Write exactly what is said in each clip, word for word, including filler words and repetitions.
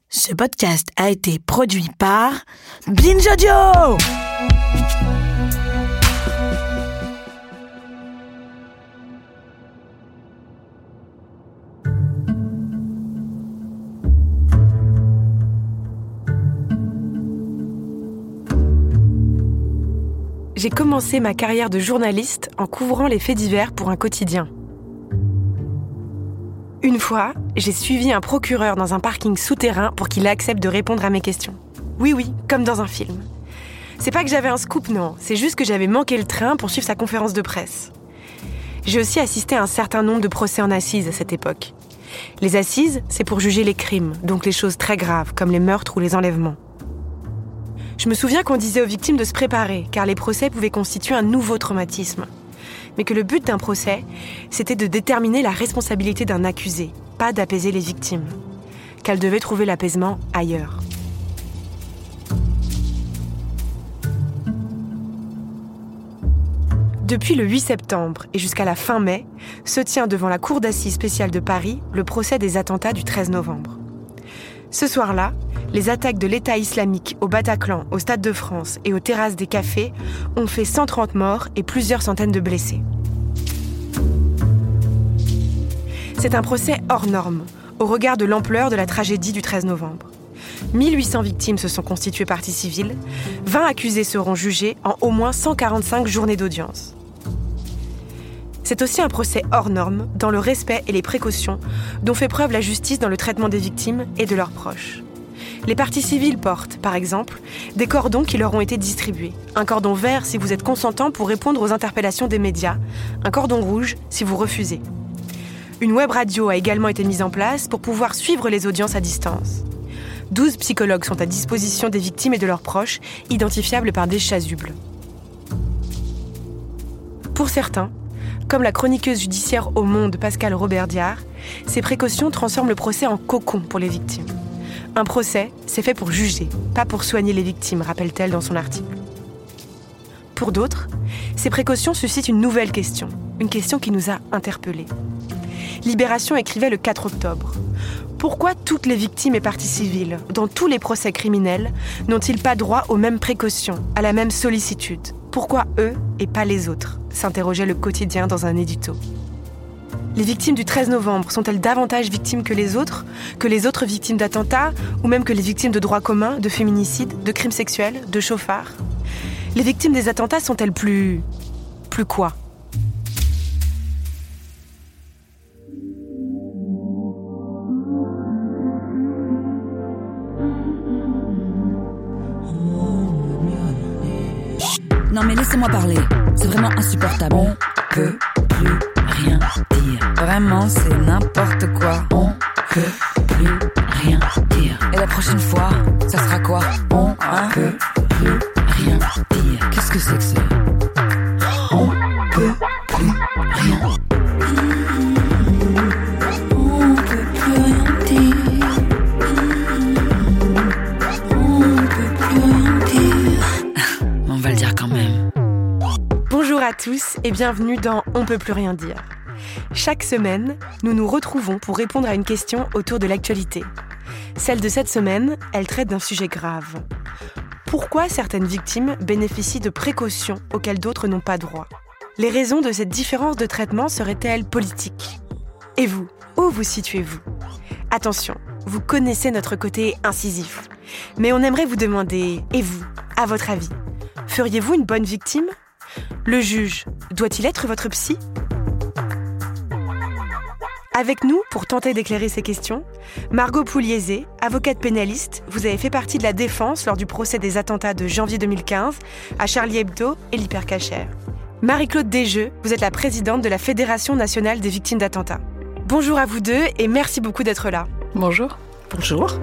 Ce podcast a été produit par Binge Audio. J'ai commencé ma carrière de journaliste en couvrant les faits divers pour un quotidien. Une fois, j'ai suivi un procureur dans un parking souterrain pour qu'il accepte de répondre à mes questions. Oui, oui, comme dans un film. C'est pas que j'avais un scoop, non, c'est juste que j'avais manqué le train pour suivre sa conférence de presse. J'ai aussi assisté à un certain nombre de procès en assises à cette époque. Les assises, c'est pour juger les crimes, donc les choses très graves, comme les meurtres ou les enlèvements. Je me souviens qu'on disait aux victimes de se préparer, car les procès pouvaient constituer un nouveau traumatisme. Mais que le but d'un procès, c'était de déterminer la responsabilité d'un accusé, pas d'apaiser les victimes. Qu'elles devaient trouver l'apaisement ailleurs. Depuis le huit septembre et jusqu'à la fin mai, se tient devant la Cour d'assises spéciale de Paris le procès des attentats du treize novembre. Ce soir-là, les attaques de l'État islamique au Bataclan, au Stade de France et aux terrasses des cafés ont fait cent trente morts et plusieurs centaines de blessés. C'est un procès hors norme, au regard de l'ampleur de la tragédie du treize novembre. mille huit cents victimes se sont constituées partie civile, vingt accusés seront jugés en au moins cent quarante-cinq journées d'audience. C'est aussi un procès hors norme, dans le respect et les précautions dont fait preuve la justice dans le traitement des victimes et de leurs proches. Les parties civiles portent, par exemple, des cordons qui leur ont été distribués. Un cordon vert si vous êtes consentant pour répondre aux interpellations des médias. Un cordon rouge si vous refusez. Une web radio a également été mise en place pour pouvoir suivre les audiences à distance. douze psychologues sont à disposition des victimes et de leurs proches, identifiables par des chasubles. Pour certains, comme la chroniqueuse judiciaire au Monde Pascale Robert-Diard, ces précautions transforment le procès en cocon pour les victimes. Un procès, c'est fait pour juger, pas pour soigner les victimes, rappelle-t-elle dans son article. Pour d'autres, ces précautions suscitent une nouvelle question, une question qui nous a interpellés. Libération écrivait le quatre octobre. Pourquoi toutes les victimes et parties civiles, dans tous les procès criminels, n'ont-ils pas droit aux mêmes précautions, à la même sollicitude ? Pourquoi eux et pas les autres ? S'interrogeait le quotidien dans un édito. Les victimes du treize novembre sont-elles davantage victimes que les autres, que les autres victimes d'attentats, ou même que les victimes de droits communs, de féminicides, de crimes sexuels, de chauffards ? Les victimes des attentats sont-elles plus... plus quoi ? Non mais laissez-moi parler, c'est vraiment insupportable. On peut plus rien dire. Vraiment, c'est n'importe quoi. On peut plus rien dire. Et la prochaine fois, ça sera quoi ? On hein peut plus rien dire. Qu'est-ce que c'est que ça ? On peut plus rien. On peut plus rien dire. On peut plus rien dire. On va le dire quand même. Bonjour à tous et bienvenue dans On peut plus rien dire. Chaque semaine, nous nous retrouvons pour répondre à une question autour de l'actualité. Celle de cette semaine, elle traite d'un sujet grave. Pourquoi certaines victimes bénéficient de précautions auxquelles d'autres n'ont pas droit ? Les raisons de cette différence de traitement seraient-elles politiques ? Et vous, où vous situez-vous ? Attention, vous connaissez notre côté incisif. Mais on aimerait vous demander, et vous, à votre avis, feriez-vous une bonne victime ? Le juge, doit-il être votre psy ? Avec nous, pour tenter d'éclairer ces questions, Margot Pugliese, avocate pénaliste, vous avez fait partie de la défense lors du procès des attentats de janvier deux mille quinze à Charlie Hebdo et l'Hypercacher. Marie-Claude Desjeux, vous êtes la présidente de la Fédération nationale des victimes d'attentats. Bonjour à vous deux et merci beaucoup d'être là. Bonjour. Bonjour.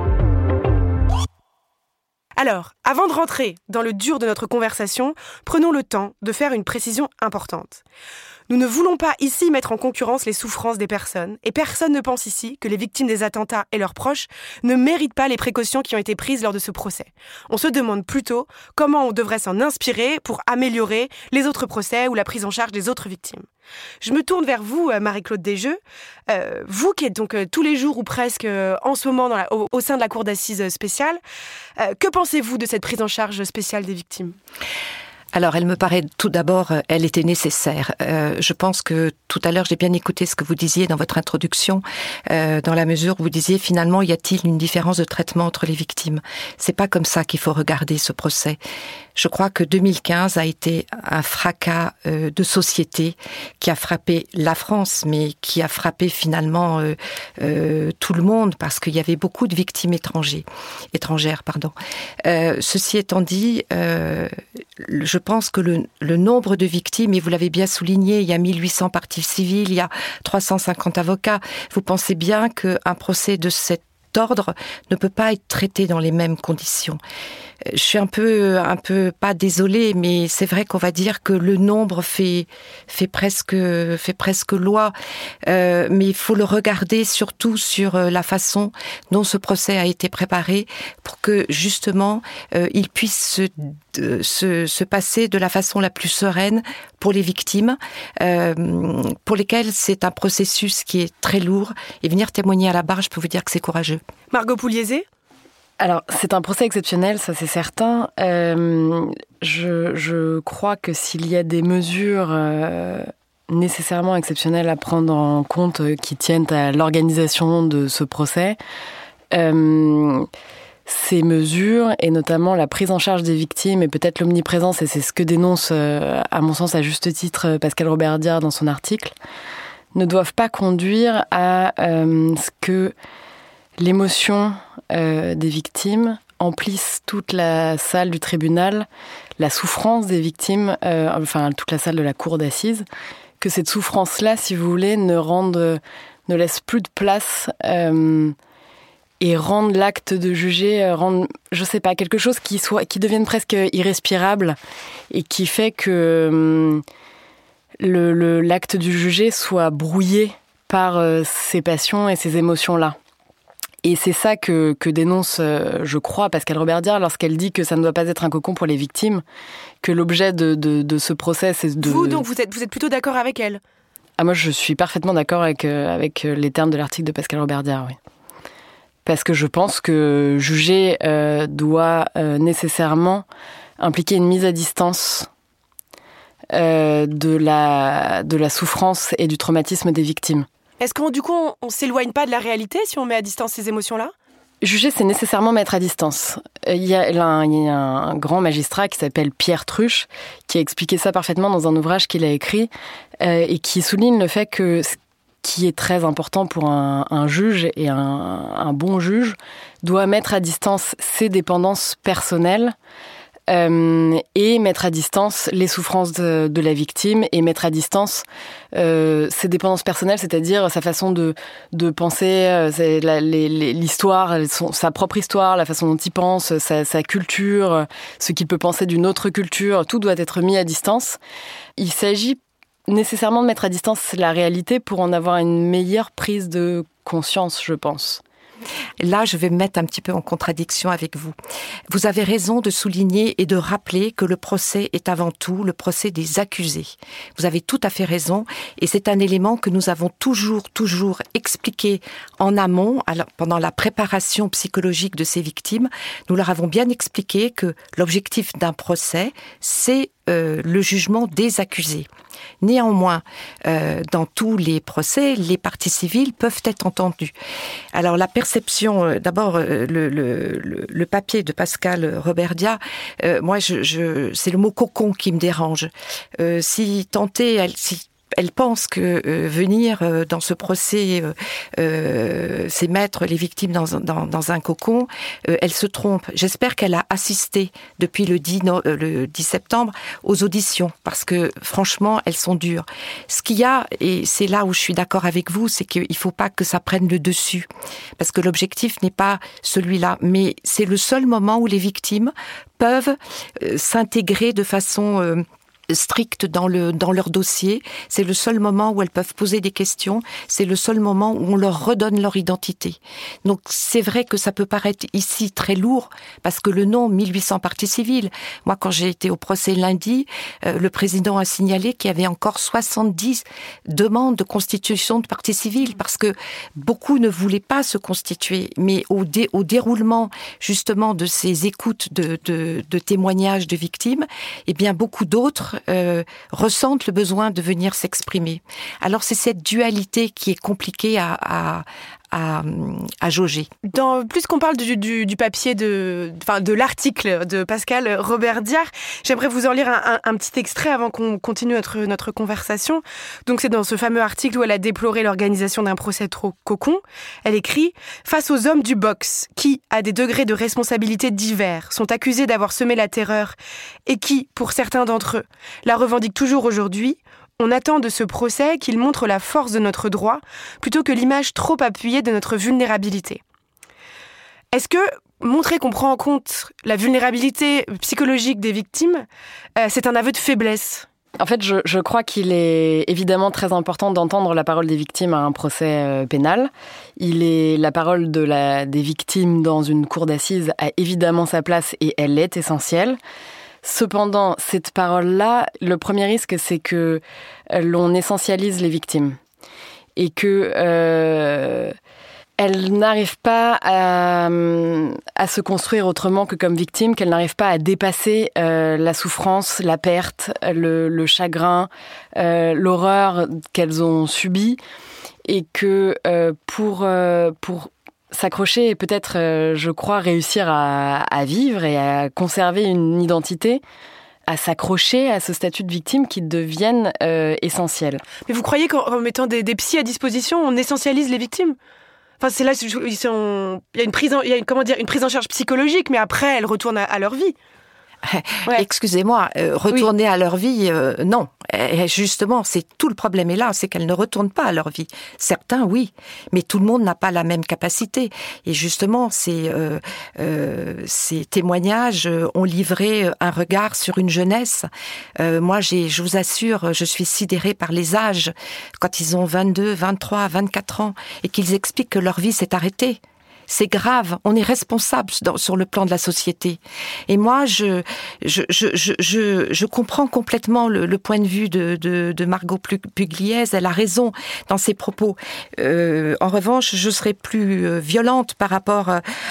Alors, avant de rentrer dans le dur de notre conversation, prenons le temps de faire une précision importante. Nous ne voulons pas ici mettre en concurrence les souffrances des personnes, et personne ne pense ici que les victimes des attentats et leurs proches ne méritent pas les précautions qui ont été prises lors de ce procès. On se demande plutôt comment on devrait s'en inspirer pour améliorer les autres procès ou la prise en charge des autres victimes. Je me tourne vers vous, Marie-Claude Desjeux. Euh, vous qui êtes donc euh, tous les jours ou presque euh, en ce moment dans la, au, au sein de la cour d'assises spéciale, euh, que pensez-vous de cette prise en charge spéciale des victimes ? Alors, elle me paraît, tout d'abord, elle était nécessaire. Euh, je pense que tout à l'heure, j'ai bien écouté ce que vous disiez dans votre introduction, euh, dans la mesure où vous disiez, finalement, y a-t-il une différence de traitement entre les victimes ? C'est pas comme ça qu'il faut regarder ce procès. Je crois que deux mille quinze a été un fracas euh, de société qui a frappé la France, mais qui a frappé finalement euh, euh, tout le monde, parce qu'il y avait beaucoup de victimes étrangères. étrangères. Pardon. Euh, ceci étant dit, euh, je pense que le, le nombre de victimes, et vous l'avez bien souligné, il y a mille huit cents parties civiles, il y a trois cent cinquante avocats. Vous pensez bien qu'un procès de cet ordre ne peut pas être traité dans les mêmes conditions. Je suis un peu, un peu pas désolée, mais c'est vrai qu'on va dire que le nombre fait, fait presque, fait presque loi. Euh, mais il faut le regarder surtout sur la façon dont ce procès a été préparé pour que justement euh, il puisse se, de, se, se passer de la façon la plus sereine pour les victimes, euh, pour lesquelles c'est un processus qui est très lourd. Et venir témoigner à la barre, je peux vous dire que c'est courageux. Margot Pouliezé ? Alors, c'est un procès exceptionnel, ça c'est certain. Euh, je, je crois que s'il y a des mesures euh, nécessairement exceptionnelles à prendre en compte euh, qui tiennent à l'organisation de ce procès, euh, ces mesures, et notamment la prise en charge des victimes et peut-être l'omniprésence, et c'est ce que dénonce, euh, à mon sens, à juste titre, Pascal Robert-Diard dans son article, ne doivent pas conduire à euh, ce que l'émotion euh, des victimes emplisse toute la salle du tribunal, la souffrance des victimes, euh, enfin toute la salle de la cour d'assises, que cette souffrance-là, si vous voulez, ne rende, ne laisse plus de place euh, et rende l'acte de juger, rende, je sais pas, quelque chose qui soit, qui devienne presque irrespirable et qui fait que euh, le, le, l'acte du juger soit brouillé par euh, ces passions et ces émotions-là. Et c'est ça que, que dénonce, euh, je crois, Pascal Robert-Diard lorsqu'elle dit que ça ne doit pas être un cocon pour les victimes, que l'objet de, de, de ce procès, c'est de... Vous, donc, vous êtes, vous êtes plutôt d'accord avec elle ? Ah, moi, je suis parfaitement d'accord avec, euh, avec les termes de l'article de Pascal Robert-Diard, oui. Parce que je pense que juger euh, doit euh, nécessairement impliquer une mise à distance euh, de, la, de la souffrance et du traumatisme des victimes. Est-ce qu'on, du coup, on, on s'éloigne pas de la réalité si on met à distance ces émotions-là ? Juger, c'est nécessairement mettre à distance. Il y a, là, il y a un grand magistrat qui s'appelle Pierre Truche, qui a expliqué ça parfaitement dans un ouvrage qu'il a écrit, euh, et qui souligne le fait que ce qui est très important pour un, un juge, et un, un bon juge, doit mettre à distance ses dépendances personnelles, Euh, et mettre à distance les souffrances de, de la victime, et mettre à distance euh, ses dépendances personnelles, c'est-à-dire sa façon de, de penser, euh, c'est la, les, les, l'histoire, son, sa propre histoire, la façon dont il pense, sa, sa culture, ce qu'il peut penser d'une autre culture, tout doit être mis à distance. Il s'agit nécessairement de mettre à distance la réalité pour en avoir une meilleure prise de conscience, je pense. Là, je vais me mettre un petit peu en contradiction avec vous. Vous avez raison de souligner et de rappeler que le procès est avant tout le procès des accusés. Vous avez tout à fait raison, et c'est un élément que nous avons toujours, toujours expliqué en amont, pendant la préparation psychologique de ces victimes. Nous leur avons bien expliqué que l'objectif d'un procès, c'est euh, le jugement des accusés. Néanmoins, euh, dans tous les procès, les parties civiles peuvent être entendues. Alors la perception, euh, d'abord euh, le, le, le papier de Pascal Robert-Diard, euh, moi je, je, c'est le mot cocon qui me dérange. Euh, si tenter, elle, si Elle pense que euh, venir euh, dans ce procès, euh, euh, c'est mettre les victimes dans, dans, dans un cocon. Euh, elle se trompe. J'espère qu'elle a assisté depuis le dix, no, euh, le dix septembre aux auditions, parce que franchement, elles sont dures. Ce qu'il y a, et c'est là où je suis d'accord avec vous, c'est qu'il ne faut pas que ça prenne le dessus, parce que l'objectif n'est pas celui-là, mais c'est le seul moment où les victimes peuvent euh, s'intégrer de façon... Euh, strictes dans le dans leur dossier. C'est le seul moment où elles peuvent poser des questions. C'est le seul moment où on leur redonne leur identité. Donc c'est vrai que ça peut paraître ici très lourd parce que le nom mille huit cents parties civiles. Moi, quand j'ai été au procès lundi, euh, le président a signalé qu'il y avait encore soixante-dix demandes de constitution de parties civiles parce que beaucoup ne voulaient pas se constituer. Mais au, dé, au déroulement justement de ces écoutes de, de, de témoignages de victimes, eh bien beaucoup d'autres Euh, ressentent le besoin de venir s'exprimer. Alors c'est cette dualité qui est compliquée à, à, à, à jauger. Dans, plus qu'on parle du, du, du papier, de, enfin, de l'article de Pascale Robert-Diard, j'aimerais vous en lire un, un, un petit extrait avant qu'on continue notre, notre conversation. Donc c'est dans ce fameux article où elle a déploré l'organisation d'un procès trop cocon. Elle écrit « Face aux hommes du box, qui, à des degrés de responsabilité divers, sont accusés d'avoir semé la terreur et qui, pour certains d'entre eux, la revendiquent toujours aujourd'hui, on attend de ce procès qu'il montre la force de notre droit plutôt que l'image trop appuyée de notre vulnérabilité. » Est-ce que montrer qu'on prend en compte la vulnérabilité psychologique des victimes, euh, c'est un aveu de faiblesse ? En fait, je, je crois qu'il est évidemment très important d'entendre la parole des victimes à un procès euh, pénal. Il est la parole de la, des victimes dans une cour d'assises a évidemment sa place et elle est essentielle. Cependant, cette parole-là, le premier risque, c'est que l'on essentialise les victimes et que euh, elles n'arrivent pas à, à se construire autrement que comme victimes, qu'elles n'arrivent pas à dépasser euh, la souffrance, la perte, le, le chagrin, euh, l'horreur qu'elles ont subie, et que euh, pour euh, pour s'accrocher et peut-être, euh, je crois, réussir à, à vivre et à conserver une identité, à s'accrocher à ce statut de victime qui devienne euh, essentiel. Mais vous croyez qu'en mettant des, des psys à disposition, on essentialise les victimes ? Enfin, c'est là, ils sont, il y a une prise en, il y a une, comment dire, une prise en charge psychologique, mais après, elles retournent à, à leur vie. Ouais. Excusez-moi, euh, retourner oui. à leur vie, euh, non. Et justement, c'est tout le problème est là, c'est qu'elles ne retournent pas à leur vie. Certains, oui, mais tout le monde n'a pas la même capacité. Et justement, ces, euh, euh, ces témoignages ont livré un regard sur une jeunesse. Euh, moi, j'ai, je vous assure, je suis sidérée par les âges quand ils ont vingt-deux, vingt-trois, vingt-quatre ans et qu'ils expliquent que leur vie s'est arrêtée. C'est grave, on est responsable dans, sur le plan de la société. Et moi, je je je je je, je comprends complètement le, le point de vue de, de, de Margot Pugliese. Elle a raison dans ses propos. Euh, en revanche, je serais plus violente par rapport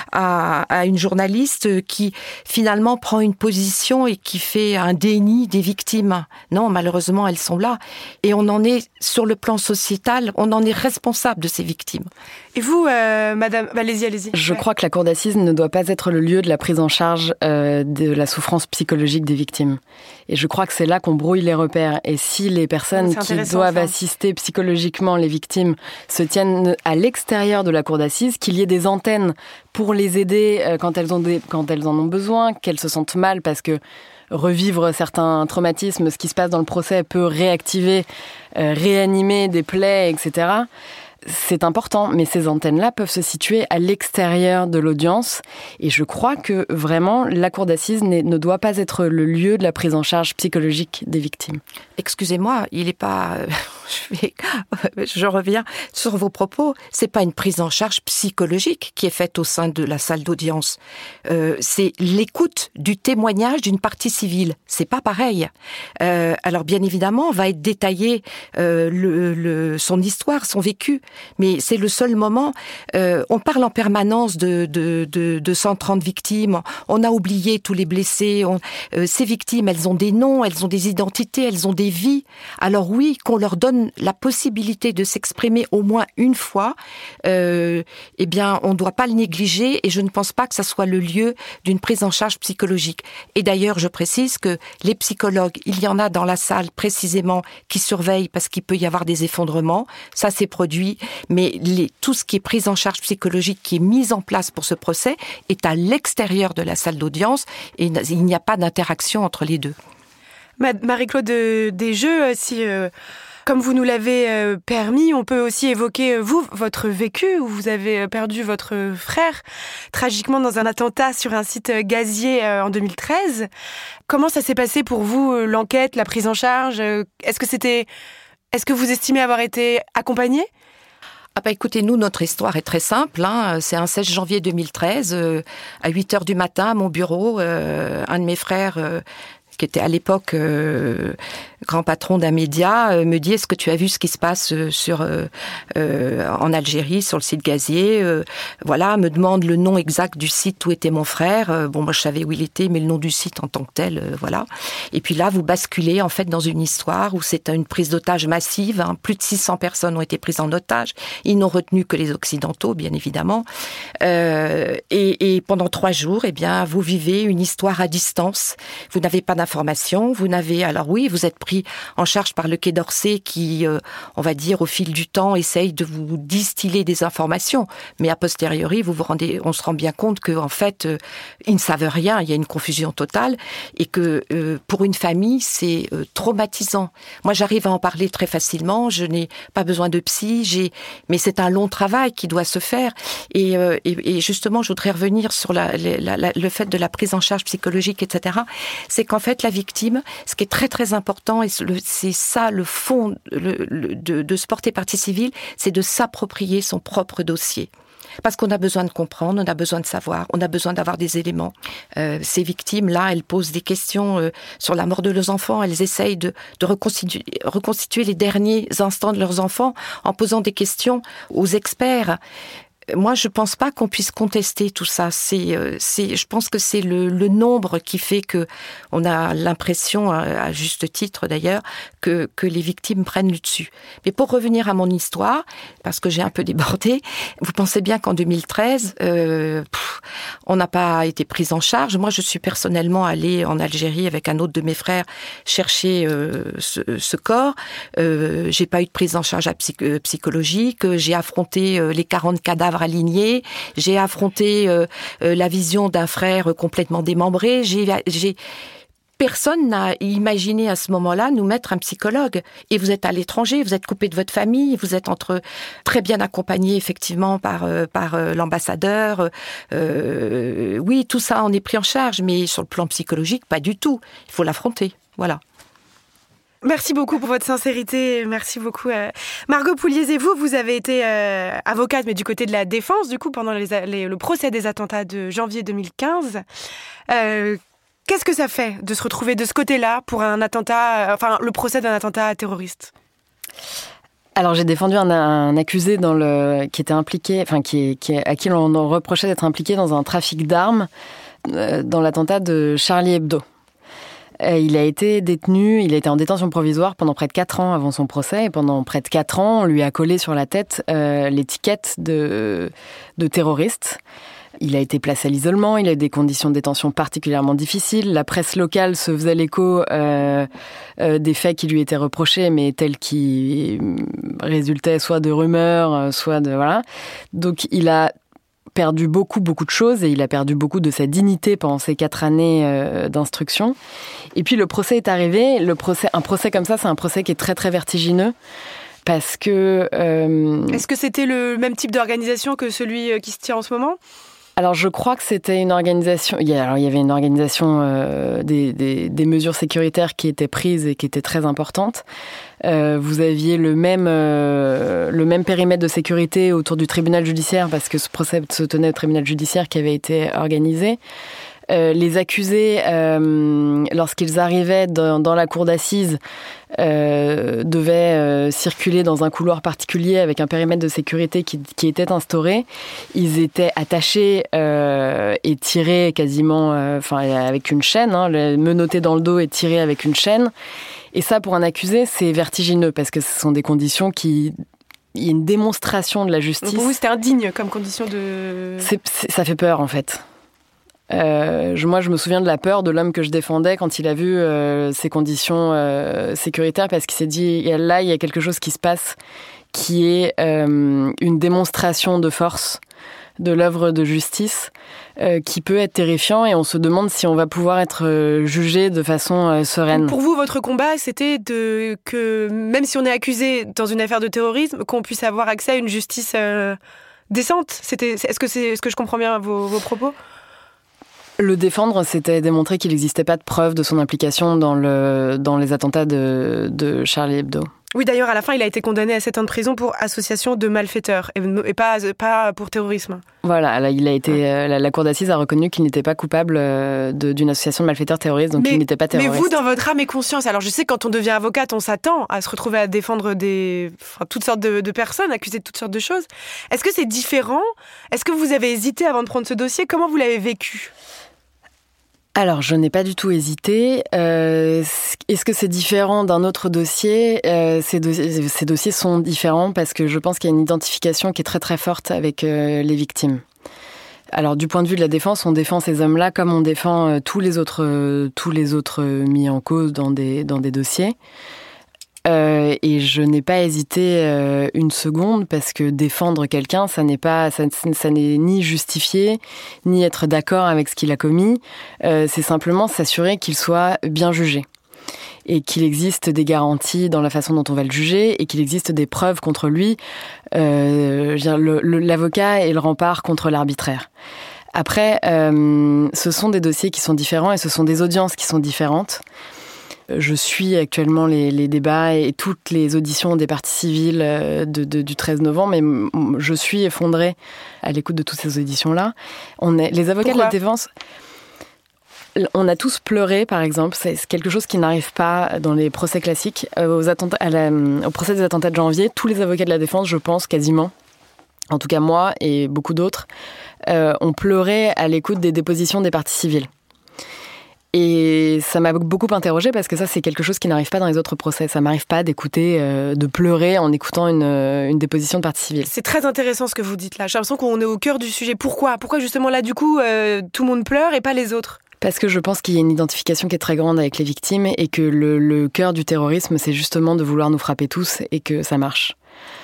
à, à une journaliste qui finalement prend une position et qui fait un déni des victimes. Non, malheureusement, elles sont là. Et on en est, sur le plan sociétal, on en est responsable de ces victimes. Et vous, euh, madame, allez-y, allez-y. Je ouais. crois que la cour d'assises ne doit pas être le lieu de la prise en charge euh, de la souffrance psychologique des victimes. Et je crois que c'est là qu'on brouille les repères. Et si les personnes qui doivent ça. assister psychologiquement les victimes se tiennent à l'extérieur de la cour d'assises, qu'il y ait des antennes pour les aider euh, quand elles ont des, quand elles en ont besoin, qu'elles se sentent mal parce que revivre certains traumatismes, ce qui se passe dans le procès peut réactiver, euh, réanimer des plaies, et cetera. C'est important, mais ces antennes-là peuvent se situer à l'extérieur de l'audience. Et je crois que vraiment, la cour d'assises ne doit pas être le lieu de la prise en charge psychologique des victimes. Excusez-moi, il n'est pas... Je, vais... je reviens sur vos propos. C'est pas une prise en charge psychologique qui est faite au sein de la salle d'audience. Euh, c'est l'écoute du témoignage d'une partie civile. C'est pas pareil. Euh, alors bien évidemment, va être détaillé euh, le, le, son histoire, son vécu. Mais c'est le seul moment. Euh, on parle en permanence de, de, de, de cent trente victimes. On a oublié tous les blessés. On, euh, ces victimes, elles ont des noms, elles ont des identités, elles ont des vies. Alors oui, qu'on leur donne la possibilité de s'exprimer au moins une fois, euh, eh bien, on ne doit pas le négliger et je ne pense pas que ça soit le lieu d'une prise en charge psychologique. Et d'ailleurs, je précise que les psychologues, il y en a dans la salle précisément qui surveillent parce qu'il peut y avoir des effondrements. Ça, c'est produit. Mais les, tout ce qui est prise en charge psychologique qui est mis en place pour ce procès est à l'extérieur de la salle d'audience et il n'y a pas d'interaction entre les deux. Marie-Claude Desjeux, si... Euh... Comme vous nous l'avez euh, permis, on peut aussi évoquer, euh, vous, votre vécu, où vous avez perdu votre frère tragiquement dans un attentat sur un site gazier euh, en deux mille treize. Comment ça s'est passé pour vous, euh, l'enquête, la prise en charge? Est-ce que c'était, est-ce que vous estimez avoir été accompagné? Ah bah écoutez, nous, notre histoire est très simple. Hein. C'est un seize janvier deux mille treize, euh, à huit heures du matin, à mon bureau, euh, un de mes frères... Euh, qui était à l'époque euh, grand patron d'un média, euh, me dit « Est-ce que tu as vu ce qui se passe euh, sur euh, euh, en Algérie, sur le site gazier euh, ?» Voilà, me demande le nom exact du site où était mon frère. Euh, bon, moi, je savais où il était, mais le nom du site en tant que tel, euh, voilà. Et puis là, vous basculez, en fait, dans une histoire où c'est une prise d'otage massive. Hein. Plus de six cents personnes ont été prises en otage. Ils n'ont retenu que les Occidentaux, bien évidemment. Euh, et, et pendant trois jours, eh bien, vous vivez une histoire à distance. Vous n'avez pas d'informations. Vous n'avez... Alors oui, vous êtes pris en charge par le Quai d'Orsay qui, euh, on va dire, au fil du temps, essaye de vous distiller des informations. Mais a posteriori, vous vous rendez, on se rend bien compte que, en fait, euh, ils ne savent rien. Il y a une confusion totale et que euh, pour une famille, c'est euh, traumatisant. Moi, j'arrive à en parler très facilement. Je n'ai pas besoin de psy. J'ai, mais c'est un long travail qui doit se faire. Et, euh, et, et justement, je voudrais revenir sur la, la, la, le fait de la prise en charge psychologique, et cetera. C'est qu'en fait, la victime, ce qui est très très important, et c'est ça le fond le, le, de, de se porter partie civile, c'est de s'approprier son propre dossier. Parce qu'on a besoin de comprendre, on a besoin de savoir, on a besoin d'avoir des éléments. Euh, ces victimes-là, elles posent des questions euh, sur la mort de leurs enfants, elles essayent de, de reconstituer, reconstituer les derniers instants de leurs enfants en posant des questions aux experts. Moi, je pense pas qu'on puisse contester tout ça. C'est, euh, c'est, je pense que c'est le, le nombre qui fait que on a l'impression, à juste titre d'ailleurs, que que les victimes prennent le dessus. Mais pour revenir à mon histoire, parce que j'ai un peu débordé, vous pensez bien qu'en deux mille treize, euh, pff, on n'a pas été pris en charge. Moi, je suis personnellement allée en Algérie avec un autre de mes frères chercher euh, ce, ce corps. Euh, j'ai pas eu de prise en charge psy- psychologique. J'ai affronté euh, les quarante cadavres alignés, j'ai affronté euh, euh, la vision d'un frère complètement démembré, j'ai, j'ai... Personne n'a imaginé à ce moment-là nous mettre un psychologue. Et vous êtes à l'étranger, vous êtes coupé de votre famille, vous êtes entre très bien accompagné effectivement par euh, par euh, l'ambassadeur. Euh, oui, tout ça on est pris en charge, mais sur le plan psychologique, pas du tout. Il faut l'affronter. Voilà. Merci beaucoup pour votre sincérité, merci beaucoup. Euh... Margot Pouliez-vous, vous avez été euh, avocate, mais du côté de la défense, du coup, pendant les, les, le procès des attentats de janvier deux mille quinze. Euh, qu'est-ce que ça fait de se retrouver de ce côté-là pour un attentat, euh, enfin, le procès d'un attentat terroriste ? Alors j'ai défendu un, un accusé dans le, qui était impliqué, enfin qui, qui, à qui l'on reprochait d'être impliqué dans un trafic d'armes euh, dans l'attentat de Charlie Hebdo. Il a été détenu, il a été en détention provisoire pendant près de quatre ans avant son procès. Et pendant près de quatre ans, on lui a collé sur la tête euh, l'étiquette de, de terroriste. Il a été placé à l'isolement, il a eu des conditions de détention particulièrement difficiles. La presse locale se faisait l'écho euh, euh, des faits qui lui étaient reprochés, mais tels qui résultaient soit de rumeurs, soit de... voilà. Donc il a perdu beaucoup, beaucoup de choses et il a perdu beaucoup de sa dignité pendant ces quatre années euh, d'instruction. Et puis le procès est arrivé. Le procès, un procès comme ça, c'est un procès qui est très, très vertigineux parce que... Euh... Est-ce que c'était le même type d'organisation que celui qui se tient en ce moment ? Alors, je crois que c'était une organisation... Il y, a, alors, il y avait une organisation euh, des, des, des mesures sécuritaires qui étaient prises et qui étaient très importantes. Euh, vous aviez le même, euh, le même périmètre de sécurité autour du tribunal judiciaire parce que ce procès se tenait au tribunal judiciaire qui avait été organisé. Euh, les accusés, euh, lorsqu'ils arrivaient dans, dans la cour d'assises, euh, devaient euh, circuler dans un couloir particulier avec un périmètre de sécurité qui, qui était instauré. Ils étaient attachés euh, et tirés quasiment, enfin euh, avec une chaîne, hein, menottés dans le dos et tirés avec une chaîne. Et ça, pour un accusé, c'est vertigineux parce que ce sont des conditions qui... Il y a une démonstration de la justice. Donc pour vous, c'était indigne comme condition de... C'est, c'est, ça fait peur, en fait. Euh, je, moi, je me souviens de la peur de l'homme que je défendais quand il a vu euh, ces conditions euh, sécuritaires parce qu'il s'est dit, là, il y a quelque chose qui se passe qui est euh, une démonstration de force de l'œuvre de justice euh, qui peut être terrifiant et on se demande si on va pouvoir être euh, jugé de façon euh, sereine. Pour vous, votre combat, c'était de, que même si on est accusé dans une affaire de terrorisme, qu'on puisse avoir accès à une justice euh, décente. C'était, est-ce que c'est, est-ce que je comprends bien vos, vos propos ? Le défendre, c'était démontrer qu'il n'existait pas de preuve de son implication dans, le, dans les attentats de, de Charlie Hebdo. Oui, d'ailleurs, à la fin, il a été condamné à sept ans de prison pour association de malfaiteurs et, et pas, pas pour terrorisme. Voilà, là, il a été, ouais. la, la cour d'assises a reconnu qu'il n'était pas coupable de, d'une association de malfaiteurs terroristes, donc mais, il n'était pas terroriste. Mais vous, dans votre âme et conscience, alors je sais que quand on devient avocate, on s'attend à se retrouver à défendre des, enfin, toutes sortes de, de personnes, accusées de toutes sortes de choses. Est-ce que c'est différent ? Est-ce que vous avez hésité avant de prendre ce dossier ? Comment vous l'avez vécu ? Alors, je n'ai pas du tout hésité. Euh, est-ce que c'est différent d'un autre dossier ? euh, ces, do- ces dossiers sont différents parce que je pense qu'il y a une identification qui est très très forte avec euh, les victimes. Alors, du point de vue de la défense, on défend ces hommes-là comme on défend euh, tous les autres, euh, tous les autres mis en cause dans des, dans des dossiers. Euh, et je n'ai pas hésité euh, une seconde parce que défendre quelqu'un, ça n'est pas, ça, ça n'est ni justifier, ni être d'accord avec ce qu'il a commis. Euh, c'est simplement s'assurer qu'il soit bien jugé et qu'il existe des garanties dans la façon dont on va le juger et qu'il existe des preuves contre lui. Euh, je veux dire, le, le, l'avocat est le rempart contre l'arbitraire. Après, euh, ce sont des dossiers qui sont différents et ce sont des audiences qui sont différentes. Je suis actuellement les, les débats et toutes les auditions des parties civiles de, de, du treize novembre, mais je suis effondrée à l'écoute de toutes ces auditions-là. On est, les avocats Pourquoi ? de la défense, on a tous pleuré, par exemple. C'est quelque chose qui n'arrive pas dans les procès classiques. Aux attentats, à la, au procès des attentats de janvier, tous les avocats de la défense, je pense, quasiment, en tout cas moi et beaucoup d'autres, euh, ont pleuré à l'écoute des dépositions des parties civiles. Et ça m'a beaucoup interrogée parce que ça, c'est quelque chose qui n'arrive pas dans les autres procès. Ça m'arrive pas d'écouter, euh, de pleurer en écoutant une, une déposition de partie civile. C'est très intéressant ce que vous dites là. J'ai l'impression qu'on est au cœur du sujet. Pourquoi ? Pourquoi justement là, du coup, euh, tout le monde pleure et pas les autres ? Parce que je pense qu'il y a une identification qui est très grande avec les victimes et que le, le cœur du terrorisme, c'est justement de vouloir nous frapper tous et que ça marche.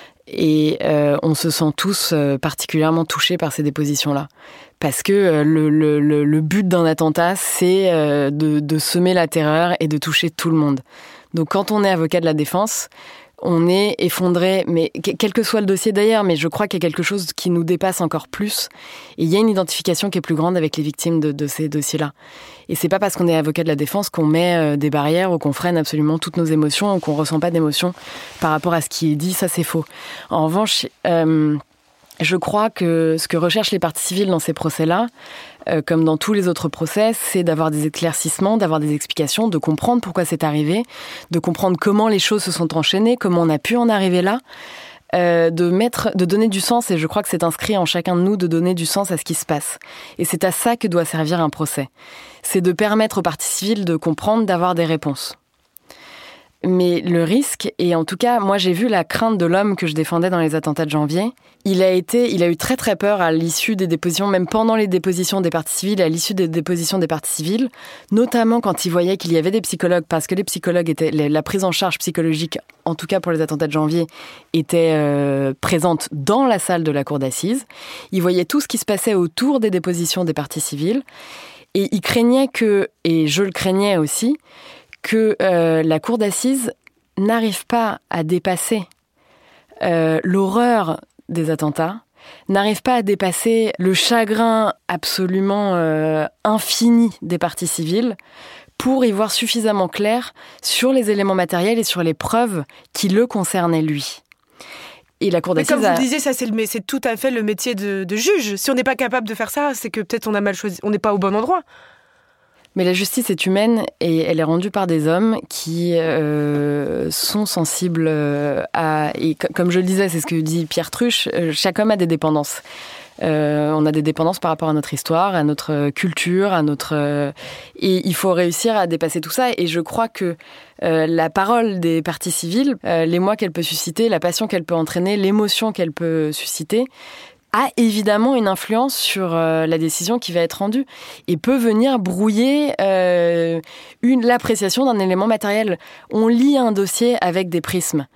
Et euh, on se sent tous euh, particulièrement touchés par ces dépositions-là. Parce que euh, le, le, le but d'un attentat, c'est euh, de, de semer la terreur et de toucher tout le monde. Donc quand on est avocat de la défense, on est effondré, mais quel que soit le dossier d'ailleurs, mais je crois qu'il y a quelque chose qui nous dépasse encore plus. Et il y a une identification qui est plus grande avec les victimes de, de ces dossiers-là. Et c'est pas parce qu'on est avocat de la défense qu'on met des barrières ou qu'on freine absolument toutes nos émotions ou qu'on ressent pas d'émotions par rapport à ce qui est dit. Ça, c'est faux. En revanche, euh, je crois que ce que recherchent les parties civiles dans ces procès-là, euh, comme dans tous les autres procès, c'est d'avoir des éclaircissements, d'avoir des explications, de comprendre pourquoi c'est arrivé, de comprendre comment les choses se sont enchaînées, comment on a pu en arriver là. Euh, de mettre, de donner du sens, et je crois que c'est inscrit en chacun de nous de donner du sens à ce qui se passe. Et c'est à ça que doit servir un procès. C'est de permettre aux parties civiles de comprendre, d'avoir des réponses. Mais le risque, et en tout cas, moi j'ai vu la crainte de l'homme que je défendais dans les attentats de janvier. Il a été, il a eu très très peur à l'issue des dépositions, même pendant les dépositions des parties civiles, à l'issue des dépositions des parties civiles, notamment quand il voyait qu'il y avait des psychologues, parce que les psychologues étaient, la prise en charge psychologique, en tout cas pour les attentats de janvier, était euh, présente dans la salle de la cour d'assises. Il voyait tout ce qui se passait autour des dépositions des parties civiles, et il craignait que, et je le craignais aussi, que euh, la cour d'assises n'arrive pas à dépasser euh, l'horreur des attentats, n'arrive pas à dépasser le chagrin absolument euh, infini des parties civiles pour y voir suffisamment clair sur les éléments matériels et sur les preuves qui le concernaient lui. Et la cour d'assises Mais comme a... vous le disiez, ça c'est, le, c'est tout à fait le métier de, de juge. Si on n'est pas capable de faire ça, c'est que peut-être on a mal choisi, on n'est pas au bon endroit. Mais la justice est humaine et elle est rendue par des hommes qui euh, sont sensibles à... Et comme je le disais, c'est ce que dit Pierre Truche, chaque homme a des dépendances. Euh, on a des dépendances par rapport à notre histoire, à notre culture, à notre... Euh, et il faut réussir à dépasser tout ça. Et je crois que euh, la parole des parties civiles, euh, l'émoi qu'elle peut susciter, la passion qu'elle peut entraîner, l'émotion qu'elle peut susciter, a évidemment une influence sur euh, la décision qui va être rendue et peut venir brouiller euh, une, l'appréciation d'un élément matériel. On lit un dossier avec des prismes.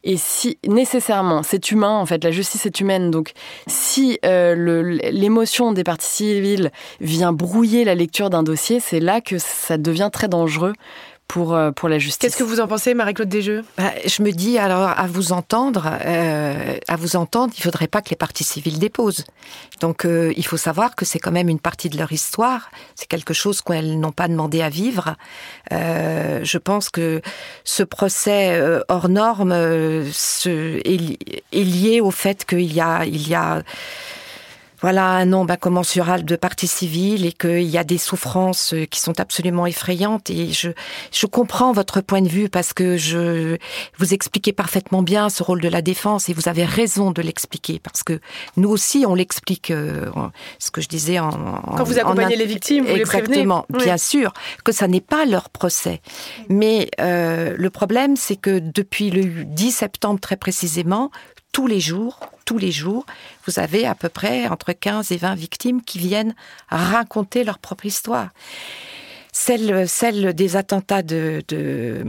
Et si, nécessairement, c'est humain, en fait, la justice est humaine. Donc, si euh, le, l'émotion des parties civiles vient brouiller la lecture d'un dossier, c'est là que ça devient très dangereux pour, pour la justice. Qu'est-ce que vous en pensez, Marie-Claude Desjeux ? Bah, je me dis, alors, à vous entendre, euh, à vous entendre, il ne faudrait pas que les parties civiles déposent. Donc, euh, il faut savoir que c'est quand même une partie de leur histoire. C'est quelque chose qu'elles n'ont pas demandé à vivre. Euh, je pense que ce procès euh, hors norme euh, ce, est, est lié au fait qu'il y a... Il y a Voilà un nombre incommensurable de parties civiles et qu'il y a des souffrances qui sont absolument effrayantes. Et je, je comprends votre point de vue parce que je, vous expliquez parfaitement bien ce rôle de la défense et vous avez raison de l'expliquer parce que nous aussi on l'explique. Euh, ce que je disais en, en quand vous accompagnez en, les victimes, vous les prévenez. Exactement, oui. Bien sûr que ça n'est pas leur procès. Mais euh, le problème, c'est que depuis le dix septembre très précisément. Tous les jours, tous les jours, vous avez à peu près entre quinze et vingt victimes qui viennent raconter leur propre histoire. Celles, celles des attentats de, de,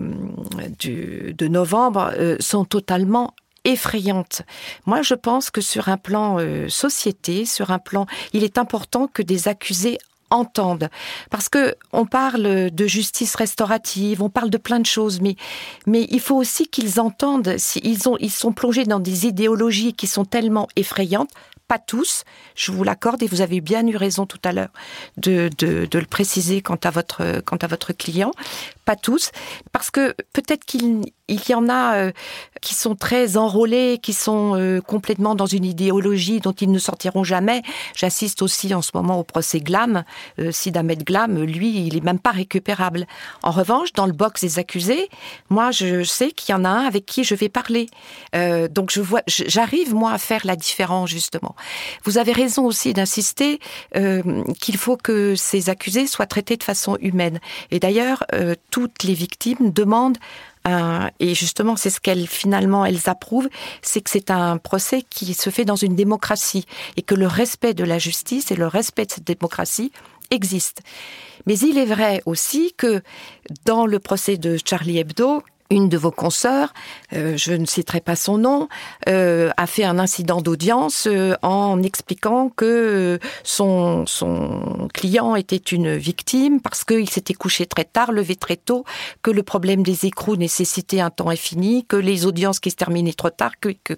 de, de novembre euh, sont totalement effrayantes. Moi, je pense que sur un plan euh, société, sur un plan, il est important que des accusés entendent. Parce que on parle de justice restaurative, on parle de plein de choses, mais, mais il faut aussi qu'ils entendent, ils, ont, ils sont plongés dans des idéologies qui sont tellement effrayantes, pas tous, je vous l'accorde, et vous avez bien eu raison tout à l'heure de, de, de le préciser quant à votre, quant à votre client, pas tous, parce que peut-être qu'il il y en a euh, qui sont très enrôlés, qui sont euh, complètement dans une idéologie dont ils ne sortiront jamais. J'assiste aussi en ce moment au procès Glam. Euh, Sid Ahmed Glam, lui, il est même pas récupérable. En revanche, dans le box des accusés, moi, je sais qu'il y en a un avec qui je vais parler. Euh, donc, je vois, j'arrive, moi, à faire la différence, justement. Vous avez raison aussi d'insister euh, qu'il faut que ces accusés soient traités de façon humaine. Et d'ailleurs, euh, toutes les victimes demandent Euh, et justement, c'est ce qu'elles, finalement, elles approuvent, c'est que c'est un procès qui se fait dans une démocratie et que le respect de la justice et le respect de cette démocratie existe. Mais il est vrai aussi que dans le procès de Charlie Hebdo, une de vos consoeurs, euh, je ne citerai pas son nom, euh, a fait un incident d'audience euh, en expliquant que son, son client était une victime parce qu'il s'était couché très tard, levé très tôt, que le problème des écrous nécessitait un temps infini, que les audiences qui se terminaient trop tard, que... que...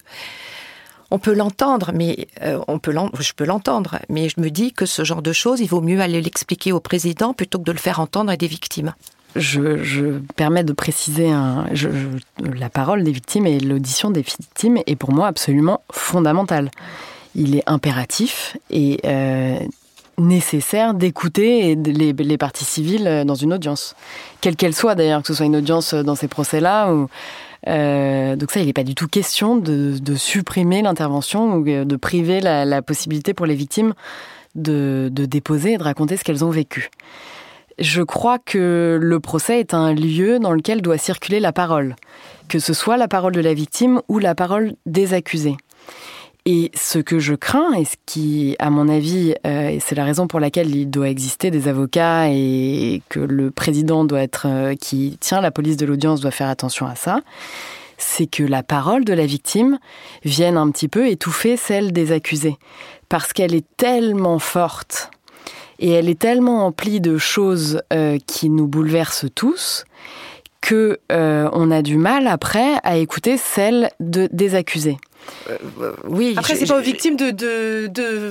On peut l'entendre, mais euh, on peut l'en... je peux l'entendre, mais je me dis que ce genre de choses, il vaut mieux aller l'expliquer au président plutôt que de le faire entendre à des victimes. Je, je permets de préciser un, je, je, la parole des victimes et l'audition des victimes est pour moi absolument fondamentale. Il est impératif et euh, nécessaire d'écouter les, les parties civiles dans une audience, quelle qu'elle soit d'ailleurs, que ce soit une audience dans ces procès-là ou Euh, donc ça, il n'est pas du tout question de, de supprimer l'intervention ou de priver la, la possibilité pour les victimes de, de déposer et de raconter ce qu'elles ont vécu. Je crois que le procès est un lieu dans lequel doit circuler la parole, que ce soit la parole de la victime ou la parole des accusés. Et ce que je crains, et ce qui, à mon avis, euh, et c'est la raison pour laquelle il doit exister des avocats et que le président doit être, euh, qui tient la police de l'audience doit faire attention à ça, c'est que la parole de la victime vienne un petit peu étouffer celle des accusés. Parce qu'elle est tellement forte et elle est tellement emplie de choses euh, qui nous bouleversent tous que euh, on a du mal après à écouter celle de, des accusés. Euh, oui. Après, je, c'est je, pas aux victimes de de de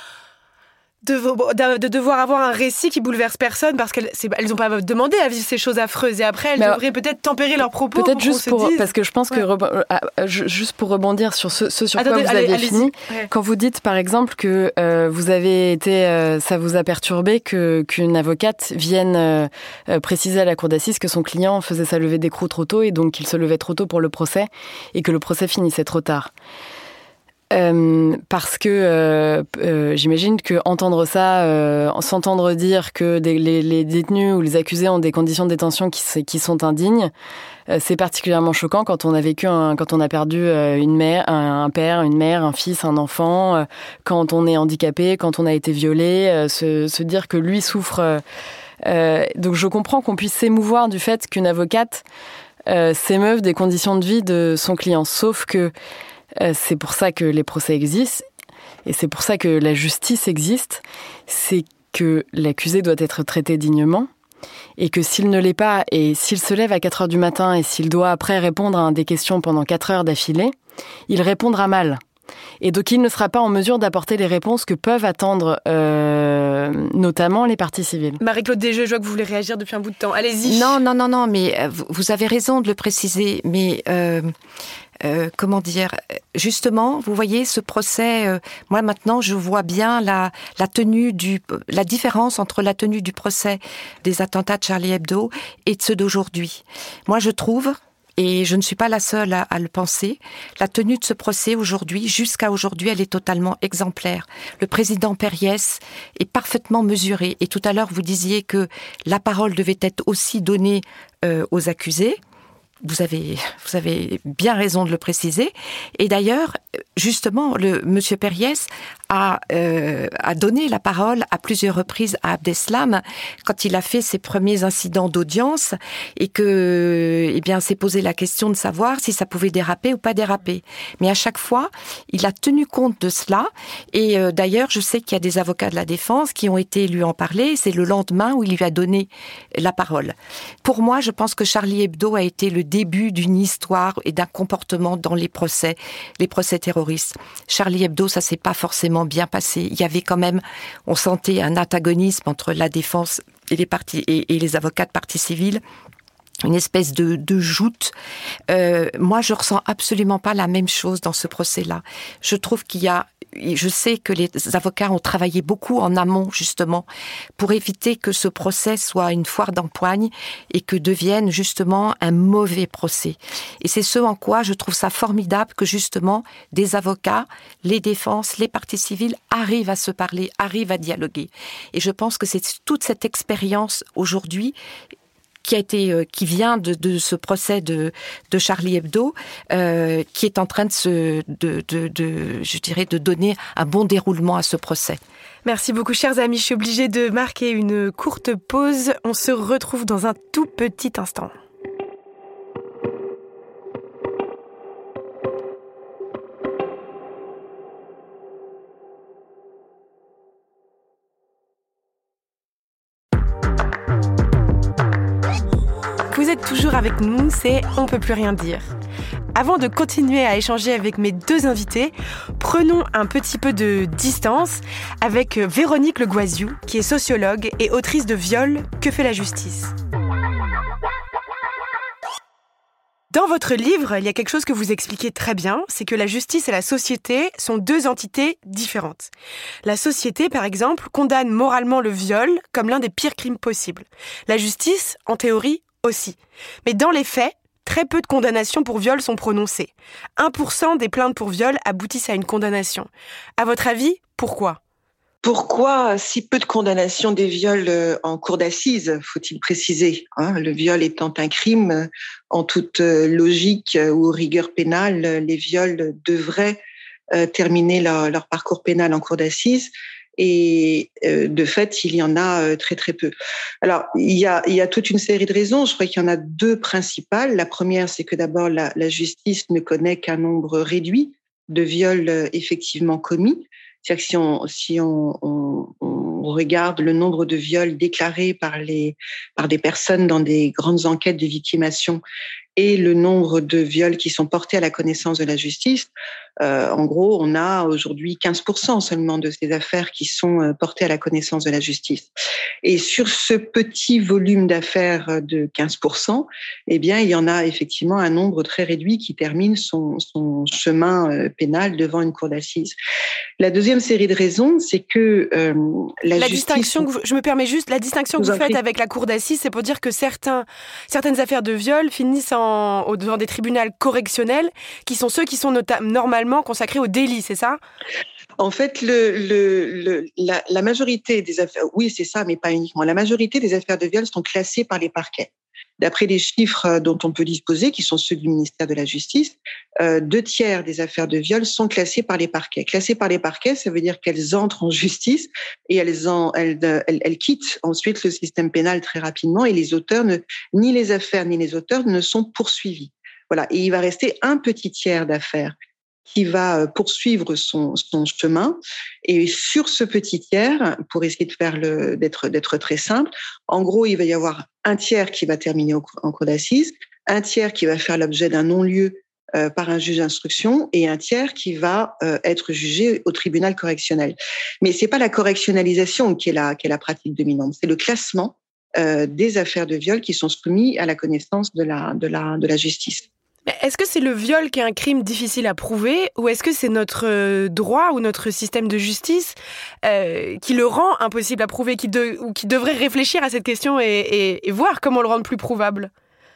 de, de devoir avoir un récit qui bouleverse personne parce qu'elles c'est, elles ont pas demandé à vivre ces choses affreuses et après elles Mais devraient peut-être tempérer leurs propos. Peut-être pour juste pour dise... parce que je pense ouais. que euh, juste pour rebondir sur ce, ce sur Attendez, quoi vous allez, avez fini. Ouais. Quand vous dites par exemple que euh, vous avez été, euh, ça vous a perturbé que qu'une avocate vienne euh, euh, préciser à la cour d'assises que son client faisait sa levée d'écrou trop tôt et donc qu'il se levait trop tôt pour le procès et que le procès finissait trop tard. Euh, parce que euh, euh, j'imagine que entendre ça, euh, s'entendre dire que des, les, les détenus ou les accusés ont des conditions de détention qui, qui sont indignes, euh, c'est particulièrement choquant quand on a vécu, un, quand on a perdu euh, une mère, un, un père, une mère, un fils, un enfant, euh, quand on est handicapé, quand on a été violé, euh, se, se dire que lui souffre. Euh, euh, donc je comprends qu'on puisse s'émouvoir du fait qu'une avocate euh, s'émeuve des conditions de vie de son client. Sauf que euh, c'est pour ça que les procès existent et c'est pour ça que la justice existe. C'est que l'accusé doit être traité dignement et que s'il ne l'est pas et s'il se lève à quatre heures du matin et s'il doit après répondre à des questions pendant quatre heures d'affilée, il répondra mal. Et donc, il ne sera pas en mesure d'apporter les réponses que peuvent attendre euh, notamment les parties civiles. Marie-Claude Desjeux, je vois que vous voulez réagir depuis un bout de temps. Allez-y. Non, non, non, non, mais vous avez raison de le préciser. Mais euh, euh, comment dire, justement, vous voyez, ce procès, euh, moi maintenant, je vois bien la, la tenue du, la différence entre la tenue du procès des attentats de Charlie Hebdo et de ceux d'aujourd'hui. Moi, je trouve... Et je ne suis pas la seule à, à le penser. La tenue de ce procès aujourd'hui, jusqu'à aujourd'hui, elle est totalement exemplaire. Le président Périès est parfaitement mesuré. Et tout à l'heure, vous disiez que la parole devait être aussi donnée euh, aux accusés. Vous avez, vous avez bien raison de le préciser. Et d'ailleurs, justement, le monsieur Périès a, euh, a donné la parole à plusieurs reprises à Abdeslam quand il a fait ses premiers incidents d'audience et que, eh bien, s'est posé la question de savoir si ça pouvait déraper ou pas déraper. Mais à chaque fois, il a tenu compte de cela. Et euh, d'ailleurs, je sais qu'il y a des avocats de la défense qui ont été lui en parler. C'est le lendemain où il lui a donné la parole. Pour moi, je pense que Charlie Hebdo a été le début d'une histoire et d'un comportement dans les procès, les procès terroristes. Charlie Hebdo, ça s'est pas forcément bien passé. Il y avait quand même, on sentait un antagonisme entre la défense et les parties et, et les avocats de partie civile. Une espèce de, de joute. Euh, moi, je ressens absolument pas la même chose dans ce procès-là. Je trouve qu'il y a, je sais que les avocats ont travaillé beaucoup en amont, justement, pour éviter que ce procès soit une foire d'empoigne et que devienne, justement, un mauvais procès. Et c'est ce en quoi je trouve ça formidable que, justement, des avocats, les défenses, les parties civiles arrivent à se parler, arrivent à dialoguer. Et je pense que c'est toute cette expérience aujourd'hui qui a été, euh, qui vient de, de ce procès de, de Charlie Hebdo, euh, qui est en train de se, de, de, de, je dirais, de donner un bon déroulement à ce procès. Merci beaucoup, chers amis. Je suis obligée de marquer une courte pause. On se retrouve dans un tout petit instant. Vous êtes toujours avec nous, c'est On peut plus rien dire. Avant de continuer à échanger avec mes deux invités, prenons un petit peu de distance avec Véronique Le Goisiou, qui est sociologue et autrice de Viol, que fait la justice ? Dans votre livre, il y a quelque chose que vous expliquez très bien, c'est que la justice et la société sont deux entités différentes. La société, par exemple, condamne moralement le viol comme l'un des pires crimes possibles. La justice, en théorie, aussi. Mais dans les faits, très peu de condamnations pour viol sont prononcées. un pour cent des plaintes pour viol aboutissent à une condamnation. À votre avis, pourquoi ? Pourquoi si peu de condamnations des viols en cour d'assises, faut-il préciser, hein, le viol étant un crime, en toute logique ou rigueur pénale, les viols devraient euh, terminer leur, leur parcours pénal en cour d'assises. Et euh, de fait, il y en a euh, très très peu. Alors, il y a, il y a toute une série de raisons. Je crois qu'il y en a deux principales. La première, c'est que d'abord, la, la justice ne connaît qu'un nombre réduit de viols euh, effectivement commis. C'est-à-dire que si on, si on, on, on regarde le nombre de viols déclarés par, les, par des personnes dans des grandes enquêtes de victimation et le nombre de viols qui sont portés à la connaissance de la justice, euh, en gros, on a aujourd'hui quinze pour cent seulement de ces affaires qui sont portées à la connaissance de la justice. Et sur ce petit volume d'affaires de quinze pour cent, eh bien, il y en a effectivement un nombre très réduit qui termine son, son chemin pénal devant une cour d'assises. La deuxième série de raisons, c'est que euh, la, la justice... distinction que vous, je me permets juste, la distinction que vous, vous faites avec la cour d'assises, c'est pour dire que certains, certaines affaires de viol finissent en, devant des tribunaux correctionnels, qui sont ceux qui sont nota- normalement consacrés au délit, c'est ça ? En fait, le, le, le, la, la majorité des affaires, oui, c'est ça, mais pas uniquement. La majorité des affaires de viol sont classées par les parquets. D'après les chiffres dont on peut disposer, qui sont ceux du ministère de la Justice, euh, deux tiers des affaires de viol sont classées par les parquets. Classées par les parquets, ça veut dire qu'elles entrent en justice et elles, en, elles, elles, elles quittent ensuite le système pénal très rapidement et les auteurs, ne, ni les affaires ni les auteurs ne sont poursuivis. Voilà. Et il va rester un petit tiers d'affaires qui va poursuivre son, son chemin. Et sur ce petit tiers, pour essayer de faire le, d'être, d'être très simple, en gros, il va y avoir un tiers qui va terminer au, en cour d'assises, un tiers qui va faire l'objet d'un non-lieu euh, par un juge d'instruction et un tiers qui va euh, être jugé au tribunal correctionnel. Mais c'est pas la correctionnalisation qui est la, qui est la pratique dominante, c'est le classement euh, des affaires de viol qui sont soumises à la connaissance de la, de la, de la justice. Est-ce que c'est le viol qui est un crime difficile à prouver ou est-ce que c'est notre droit ou notre système de justice euh, qui le rend impossible à prouver, qui de, ou qui devrait réfléchir à cette question et, et, et voir comment le rendre plus prouvable ?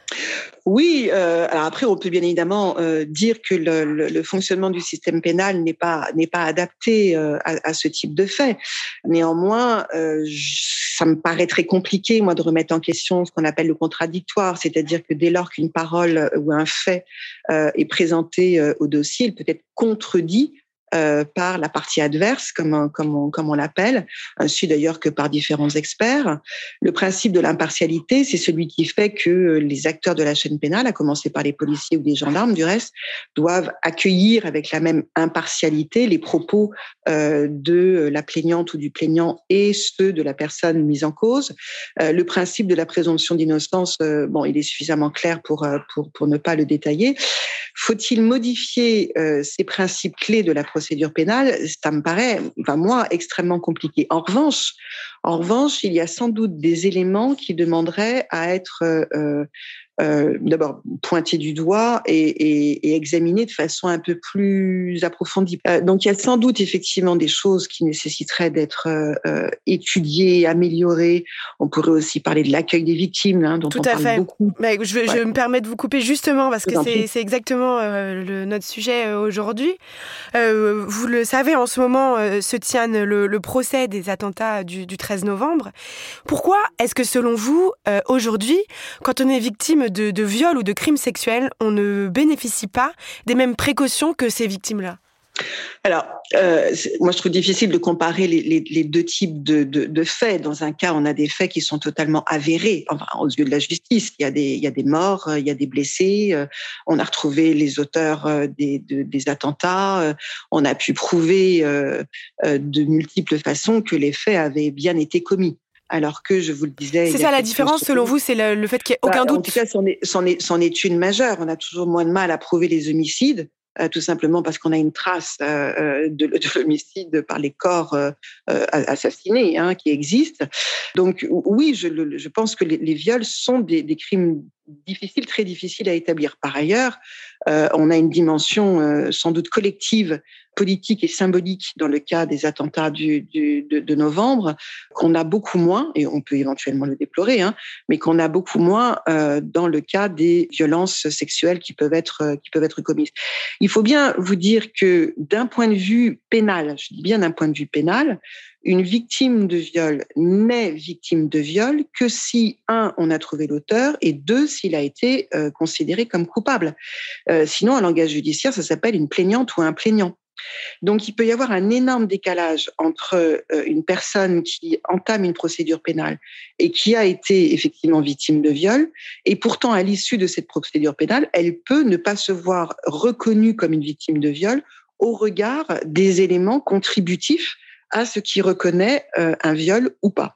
Oui, euh, alors après, on peut bien évidemment euh, dire que le, le, le fonctionnement du système pénal n'est pas n'est pas adapté euh, à, à ce type de fait. Néanmoins, euh, ça me paraît très compliqué, moi, de remettre en question ce qu'on appelle le contradictoire, c'est-à-dire que dès lors qu'une parole ou un fait euh, est présenté euh, au dossier, il peut être contredit Euh, par la partie adverse, comme, comme, on, comme on l'appelle, ainsi d'ailleurs que par différents experts. Le principe de l'impartialité, c'est celui qui fait que les acteurs de la chaîne pénale, à commencer par les policiers ou les gendarmes du reste, doivent accueillir avec la même impartialité les propos euh, de la plaignante ou du plaignant et ceux de la personne mise en cause. Euh, le principe de la présomption d'innocence, euh, bon, il est suffisamment clair pour, pour, pour ne pas le détailler. Faut-il modifier euh, ces principes clés de la procédure pénale ? Ça me paraît, enfin moi, extrêmement compliqué. En revanche, en revanche, il y a sans doute des éléments qui demanderaient à être euh, euh, d'abord pointés du doigt et, et, et examinés de façon un peu plus approfondie. Euh, donc il y a sans doute effectivement des choses qui nécessiteraient d'être euh, étudiées, améliorées. On pourrait aussi parler de l'accueil des victimes, hein, dont Tout on à parle fait. beaucoup. Mais je, ouais. je me permets de vous couper justement parce que c'est, prie. c'est exactement euh, le, notre sujet euh, aujourd'hui. Euh, vous le savez, en ce moment euh, se tient le, le procès des attentats du, du treize novembre. Pourquoi est-ce que selon vous, euh, aujourd'hui, quand on est victime de, de viol ou de crimes sexuels, on ne bénéficie pas des mêmes précautions que ces victimes-là ? Alors, euh, moi, je trouve difficile de comparer les, les, les deux types de, de, de faits. Dans un cas, on a des faits qui sont totalement avérés, enfin, aux yeux de la justice. Il y a des, il y a des morts, il y a des blessés. Euh, on a retrouvé les auteurs euh, des, de, des attentats. Euh, on a pu prouver euh, euh, de multiples façons que les faits avaient bien été commis. Alors que, je vous le disais... C'est ça la différence, selon vous, c'est le, le fait qu'il n'y ait aucun bah, doute. En tout cas, c'en est, c'en est, c'en est une majeure. On a toujours moins de mal à prouver les homicides, euh, tout simplement parce qu'on a une trace euh, de, de l'homicide par les corps euh, assassinés hein, qui existent. Donc oui, je, je pense que les, les viols sont des, des crimes difficiles, très difficiles à établir. Par ailleurs, euh, on a une dimension euh, sans doute collective, politique et symbolique dans le cas des attentats du, du, de, de novembre, qu'on a beaucoup moins, et on peut éventuellement le déplorer, hein, mais qu'on a beaucoup moins euh, dans le cas des violences sexuelles qui peuvent être, qui peuvent être commises. Il faut bien vous dire que d'un point de vue pénal, je dis bien d'un point de vue pénal, une victime de viol n'est victime de viol que si, un, on a trouvé l'auteur, et deux, s'il a été euh, considéré comme coupable. Euh, sinon, en langage judiciaire, ça s'appelle une plaignante ou un plaignant. Donc, il peut y avoir un énorme décalage entre euh, une personne qui entame une procédure pénale et qui a été effectivement victime de viol, et pourtant, à l'issue de cette procédure pénale, elle peut ne pas se voir reconnue comme une victime de viol au regard des éléments contributifs à ce qui reconnaît euh, un viol ou pas.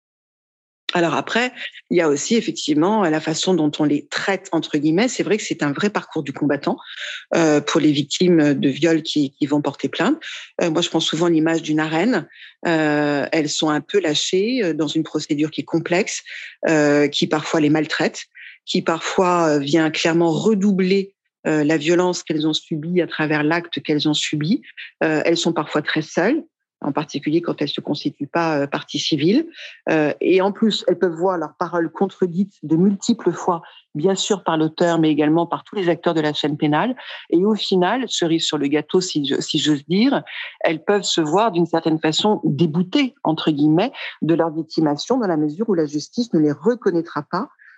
Alors après, il y a aussi effectivement la façon dont on les traite, entre guillemets. C'est vrai que c'est un vrai parcours du combattant euh, pour les victimes de viols qui, qui vont porter plainte. Euh, moi, je prends souvent l'image d'une arène. Euh, elles sont un peu lâchées dans une procédure qui est complexe, euh, qui parfois les maltraite, qui parfois vient clairement redoubler euh, la violence qu'elles ont subie à travers l'acte qu'elles ont subi. Euh, elles sont parfois très seules, en particulier quand elles ne se constituent pas euh, partie civile. Euh, et en plus, elles peuvent voir leurs paroles contredites de multiples fois, bien sûr par l'auteur, mais également par tous les acteurs de la chaîne pénale. Et au final, cerise sur le gâteau, si, je, si j'ose dire, elles peuvent se voir d'une certaine façon déboutées, entre guillemets, de leur victimation, dans la mesure où la justice ne les reconnaîtra pas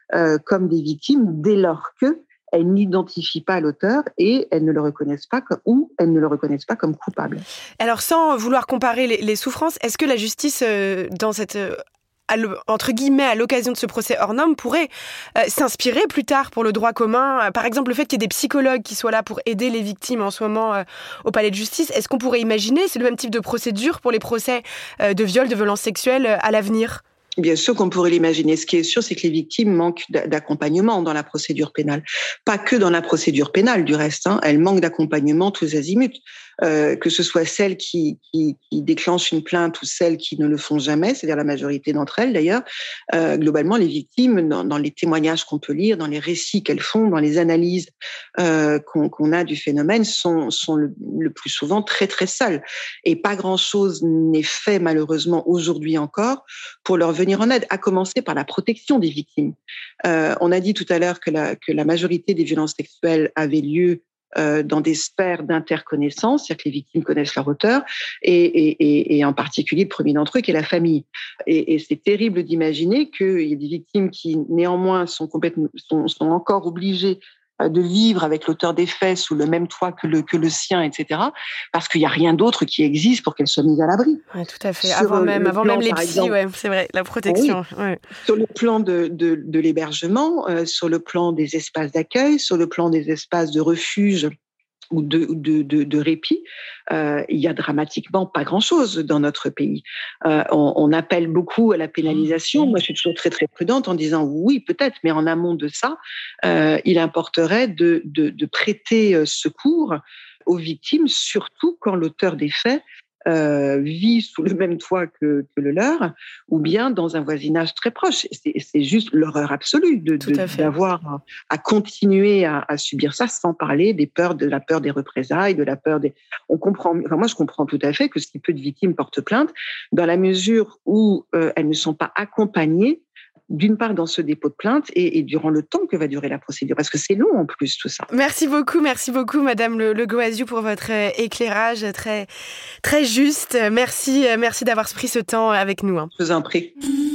euh, comme des victimes dès lors que elles n'identifient pas l'auteur et elles ne le reconnaissent pas comme, ou elles ne le reconnaissent pas comme coupable. Alors, sans vouloir comparer les, les souffrances, est-ce que la justice, euh, dans cette, euh, à entre guillemets, à l'occasion de ce procès hors norme, pourrait euh, s'inspirer plus tard pour le droit commun ? Par exemple, le fait qu'il y ait des psychologues qui soient là pour aider les victimes en ce moment euh, au palais de justice, est-ce qu'on pourrait imaginer, c'est le même type de procédure pour les procès euh, de viol, de violences sexuelles euh, à l'avenir ? Bien sûr qu'on pourrait l'imaginer. Ce qui est sûr, c'est que les victimes manquent d'accompagnement dans la procédure pénale. Pas que dans la procédure pénale, du reste. Hein. Elles manquent d'accompagnement tous azimuts. Euh, que ce soit celles qui, qui, qui déclenchent une plainte ou celles qui ne le font jamais, c'est-à-dire la majorité d'entre elles d'ailleurs. Euh, globalement, les victimes, dans, dans les témoignages qu'on peut lire, dans les récits qu'elles font, dans les analyses euh, qu'on, qu'on a du phénomène, sont, sont le, le plus souvent très très seules. Et pas grand-chose n'est fait malheureusement aujourd'hui encore pour leur venir en aide, à commencer par la protection des victimes. Euh, on a dit tout à l'heure que la, que la majorité des violences sexuelles avaient lieu euh, dans des sphères d'interconnaissance, c'est-à-dire que les victimes connaissent leur auteur, et, et, et, et en particulier le premier d'entre eux qui est la famille. Et, et c'est terrible d'imaginer qu'il y ait des victimes qui néanmoins sont, complètement, sont, sont encore obligées de vivre avec l'auteur des faits sous le même toit que le, que le sien, et cetera, parce qu'il n'y a rien d'autre qui existe pour qu'elles soient mises à l'abri. Oui, tout à fait. Sur avant même, avant plan, même les psys, ouais, c'est vrai, la protection. Oui. Ouais. Sur le plan de, de, de l'hébergement, euh, sur le plan des espaces d'accueil, sur le plan des espaces de refuge ou de, de, de, de répit, euh, il y a dramatiquement pas grand-chose dans notre pays. Euh, on, on appelle beaucoup à la pénalisation. Moi, je suis toujours très, très prudente en disant oui, peut-être, mais en amont de ça, euh, il importerait de, de, de prêter secours aux victimes, surtout quand l'auteur des faits Euh, vit sous le même toit que, que le leur, ou bien dans un voisinage très proche. C'est, c'est juste l'horreur absolue de, de, d'avoir à, à continuer à, à subir ça, sans parler des peurs, de la peur des représailles, de la peur des... On comprend, enfin moi je comprends tout à fait que si peu de victimes portent plainte, dans la mesure où euh, elles ne sont pas accompagnées, d'une part dans ce dépôt de plainte et, et durant le temps que va durer la procédure, parce que c'est long en plus tout ça. Merci beaucoup, merci beaucoup Madame Le, Le Goaziou pour votre éclairage très, très juste. Merci, merci d'avoir pris ce temps avec nous. Je vous en prie.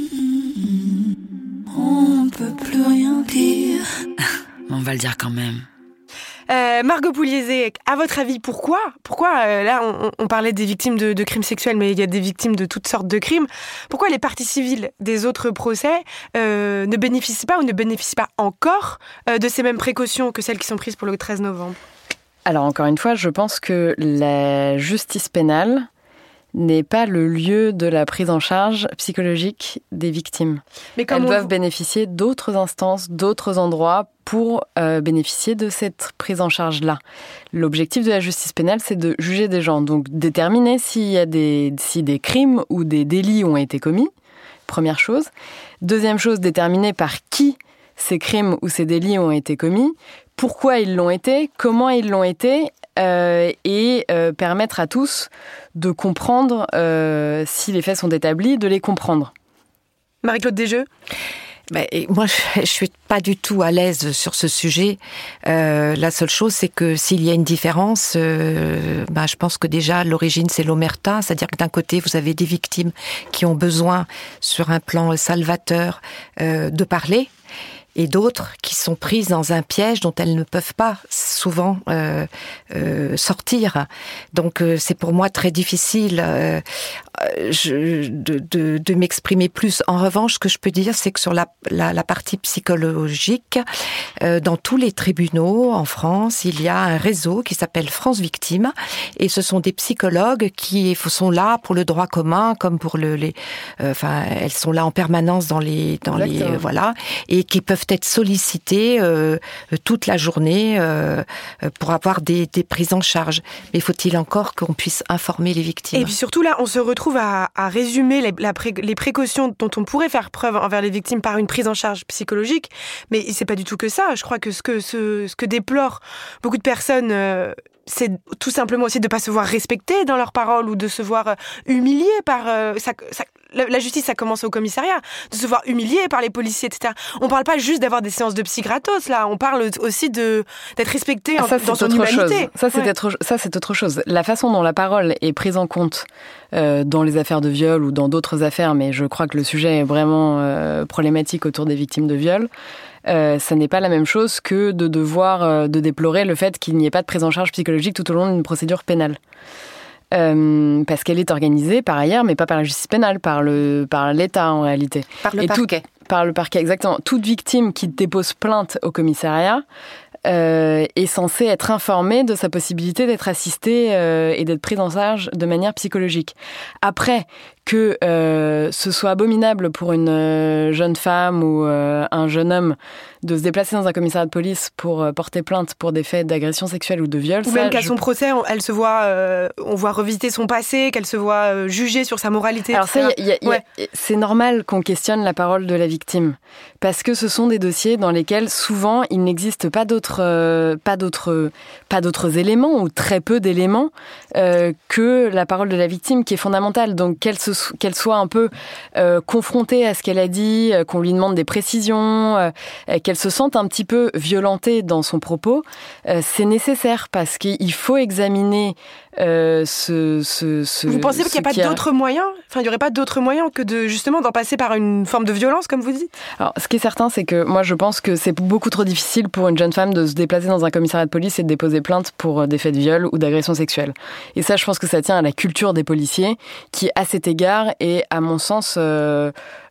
On peut plus rien dire. On va le dire quand même. Euh, Margot Pugliese, à votre avis, pourquoi Pourquoi, euh, là, on, on parlait des victimes de, de crimes sexuels, mais il y a des victimes de toutes sortes de crimes. Pourquoi les parties civiles des autres procès euh, ne bénéficient pas ou ne bénéficient pas encore euh, de ces mêmes précautions que celles qui sont prises pour le treize novembre ? Alors, encore une fois, je pense que la justice pénale n'est pas le lieu de la prise en charge psychologique des victimes. Mais Elles doivent vous... bénéficier d'autres instances, d'autres endroits pour euh, bénéficier de cette prise en charge-là. L'objectif de la justice pénale, c'est de juger des gens, donc déterminer s'il y a des, si des crimes ou des délits ont été commis, première chose. Deuxième chose, déterminer par qui ces crimes ou ces délits ont été commis, pourquoi ils l'ont été, comment ils l'ont été, euh, et euh, permettre à tous de comprendre, euh, si les faits sont établis, de les comprendre. Marie-Claude Desjeux ? Ben, et moi, je ne suis pas du tout à l'aise sur ce sujet. Euh, la seule chose, c'est que s'il y a une différence, euh, ben, je pense que déjà, l'origine, c'est l'omerta. C'est-à-dire que d'un côté, vous avez des victimes qui ont besoin, sur un plan salvateur, euh, de parler, et d'autres qui sont prises dans un piège dont elles ne peuvent pas souvent euh, euh, sortir. Donc euh, c'est pour moi très difficile euh, je, de, de, de m'exprimer plus. En revanche, ce que je peux dire, c'est que sur la, la, la partie psychologique, euh, dans tous les tribunaux en France, il y a un réseau qui s'appelle France Victimes, et ce sont des psychologues qui sont là pour le droit commun, comme pour le, les, euh, enfin, elles sont là en permanence dans les, dans Exactement. les, euh, voilà, et qui peuvent être sollicitées euh, toute la journée euh, pour avoir des, des prises en charge. Mais faut-il encore qu'on puisse informer les victimes ? Et puis surtout là, on se retrouve à, à résumer les, la pré, les précautions dont on pourrait faire preuve envers les victimes par une prise en charge psychologique. Mais c'est pas du tout que ça. Je crois que ce que, ce, ce que déplorent beaucoup de personnes euh, c'est tout simplement aussi de ne pas se voir respecter dans leurs paroles ou de se voir humilié par... Euh, ça, ça, la justice, ça commence au commissariat, de se voir humilié par les policiers, et cetera. On ne parle pas juste d'avoir des séances de psy gratos, là. On parle aussi de, d'être respecté ah, ça, en, dans son humanité. Chose. Ça, c'est ouais. autre, ça, c'est autre chose. La façon dont la parole est prise en compte euh, dans les affaires de viol ou dans d'autres affaires, mais je crois que le sujet est vraiment euh, problématique autour des victimes de viol, Euh, ça n'est pas la même chose que de devoir euh, de déplorer le fait qu'il n'y ait pas de prise en charge psychologique tout au long d'une procédure pénale. Euh, parce qu'elle est organisée par ailleurs, mais pas par la justice pénale, par, le, par l'État en réalité. Par le Et parquet. Tout, par le parquet, exactement. Toute victime qui dépose plainte au commissariat euh, est censée être informée de sa possibilité d'être assistée euh, et d'être prise en charge de manière psychologique. Après, que euh, ce soit abominable pour une euh, jeune femme ou euh, un jeune homme de se déplacer dans un commissariat de police pour euh, porter plainte pour des faits d'agression sexuelle ou de viol. Ou ça, même qu'à je... son procès, on, elle se voit, euh, on voit revisiter son passé, qu'elle se voit euh, jugée sur sa moralité. Alors ça, y a, y a, ouais. y a, c'est normal qu'on questionne la parole de la victime, parce que ce sont des dossiers dans lesquels souvent il n'existe pas d'autres, euh, pas d'autres, pas d'autres éléments ou très peu d'éléments euh, que la parole de la victime qui est fondamentale. Donc qu'elle se qu'elle soit un peu euh, confrontée à ce qu'elle a dit, euh, qu'on lui demande des précisions, euh, qu'elle se sente un petit peu violentée dans son propos, euh, c'est nécessaire parce qu'il faut examiner euh, ce, ce, ce... Vous pensez qu'il n'y a pas a... d'autres moyens ? Enfin, il n'y aurait pas d'autres moyens que de, justement, d'en passer par une forme de violence, comme vous dites ? Alors, ce qui est certain, c'est que moi, je pense que c'est beaucoup trop difficile pour une jeune femme de se déplacer dans un commissariat de police et de déposer plainte pour des faits de viol ou d'agression sexuelle. Et ça, je pense que ça tient à la culture des policiers qui, à cet égard, est, à mon sens, euh,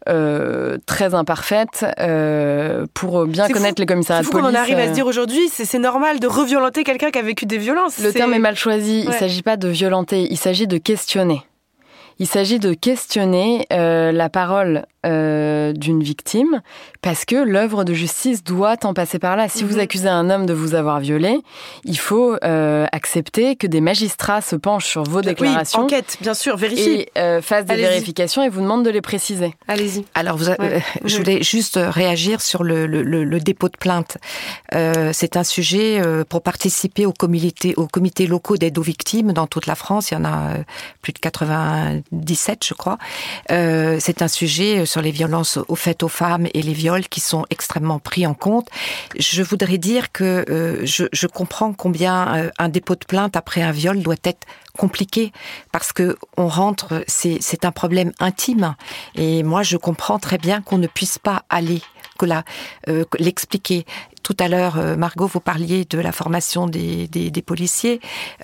euh, très imparfaite euh, pour bien c'est connaître fou. les commissariats de police. C'est fou police. qu'on en arrive à se dire aujourd'hui, c'est, c'est normal de reviolenter quelqu'un qui a vécu des violences. Le c'est... terme est mal choisi. Ouais. Il ne s'agit pas de violenter, il s'agit de questionner. Il s'agit de questionner euh, la parole euh, d'une victime parce que l'œuvre de justice doit en passer par là. Si mmh. vous accusez un homme de vous avoir violé, il faut euh, accepter que des magistrats se penchent sur vos déclarations. Oui, enquête, bien sûr, vérifie. Et euh, fassent des Allez-y. vérifications et vous demandent de les préciser. Allez-y. Alors, vous a, ouais. euh, je voulais juste réagir sur le, le, le, le dépôt de plainte. Euh, c'est un sujet euh, pour participer aux comités, aux comités locaux d'aide aux victimes dans toute la France. Il y en a euh, plus de quatre-vingt-dix-sept, je crois. Euh, c'est un sujet sur les violences aux faites aux femmes et les viols qui sont extrêmement pris en compte. Je voudrais dire que euh, je, je comprends combien euh, un dépôt de plainte après un viol doit être compliqué parce que on rentre, c'est, c'est un problème intime et moi je comprends très bien qu'on ne puisse pas aller que là, euh, l'expliquer. Tout à l'heure, Margot, vous parliez de la formation des, des, des policiers.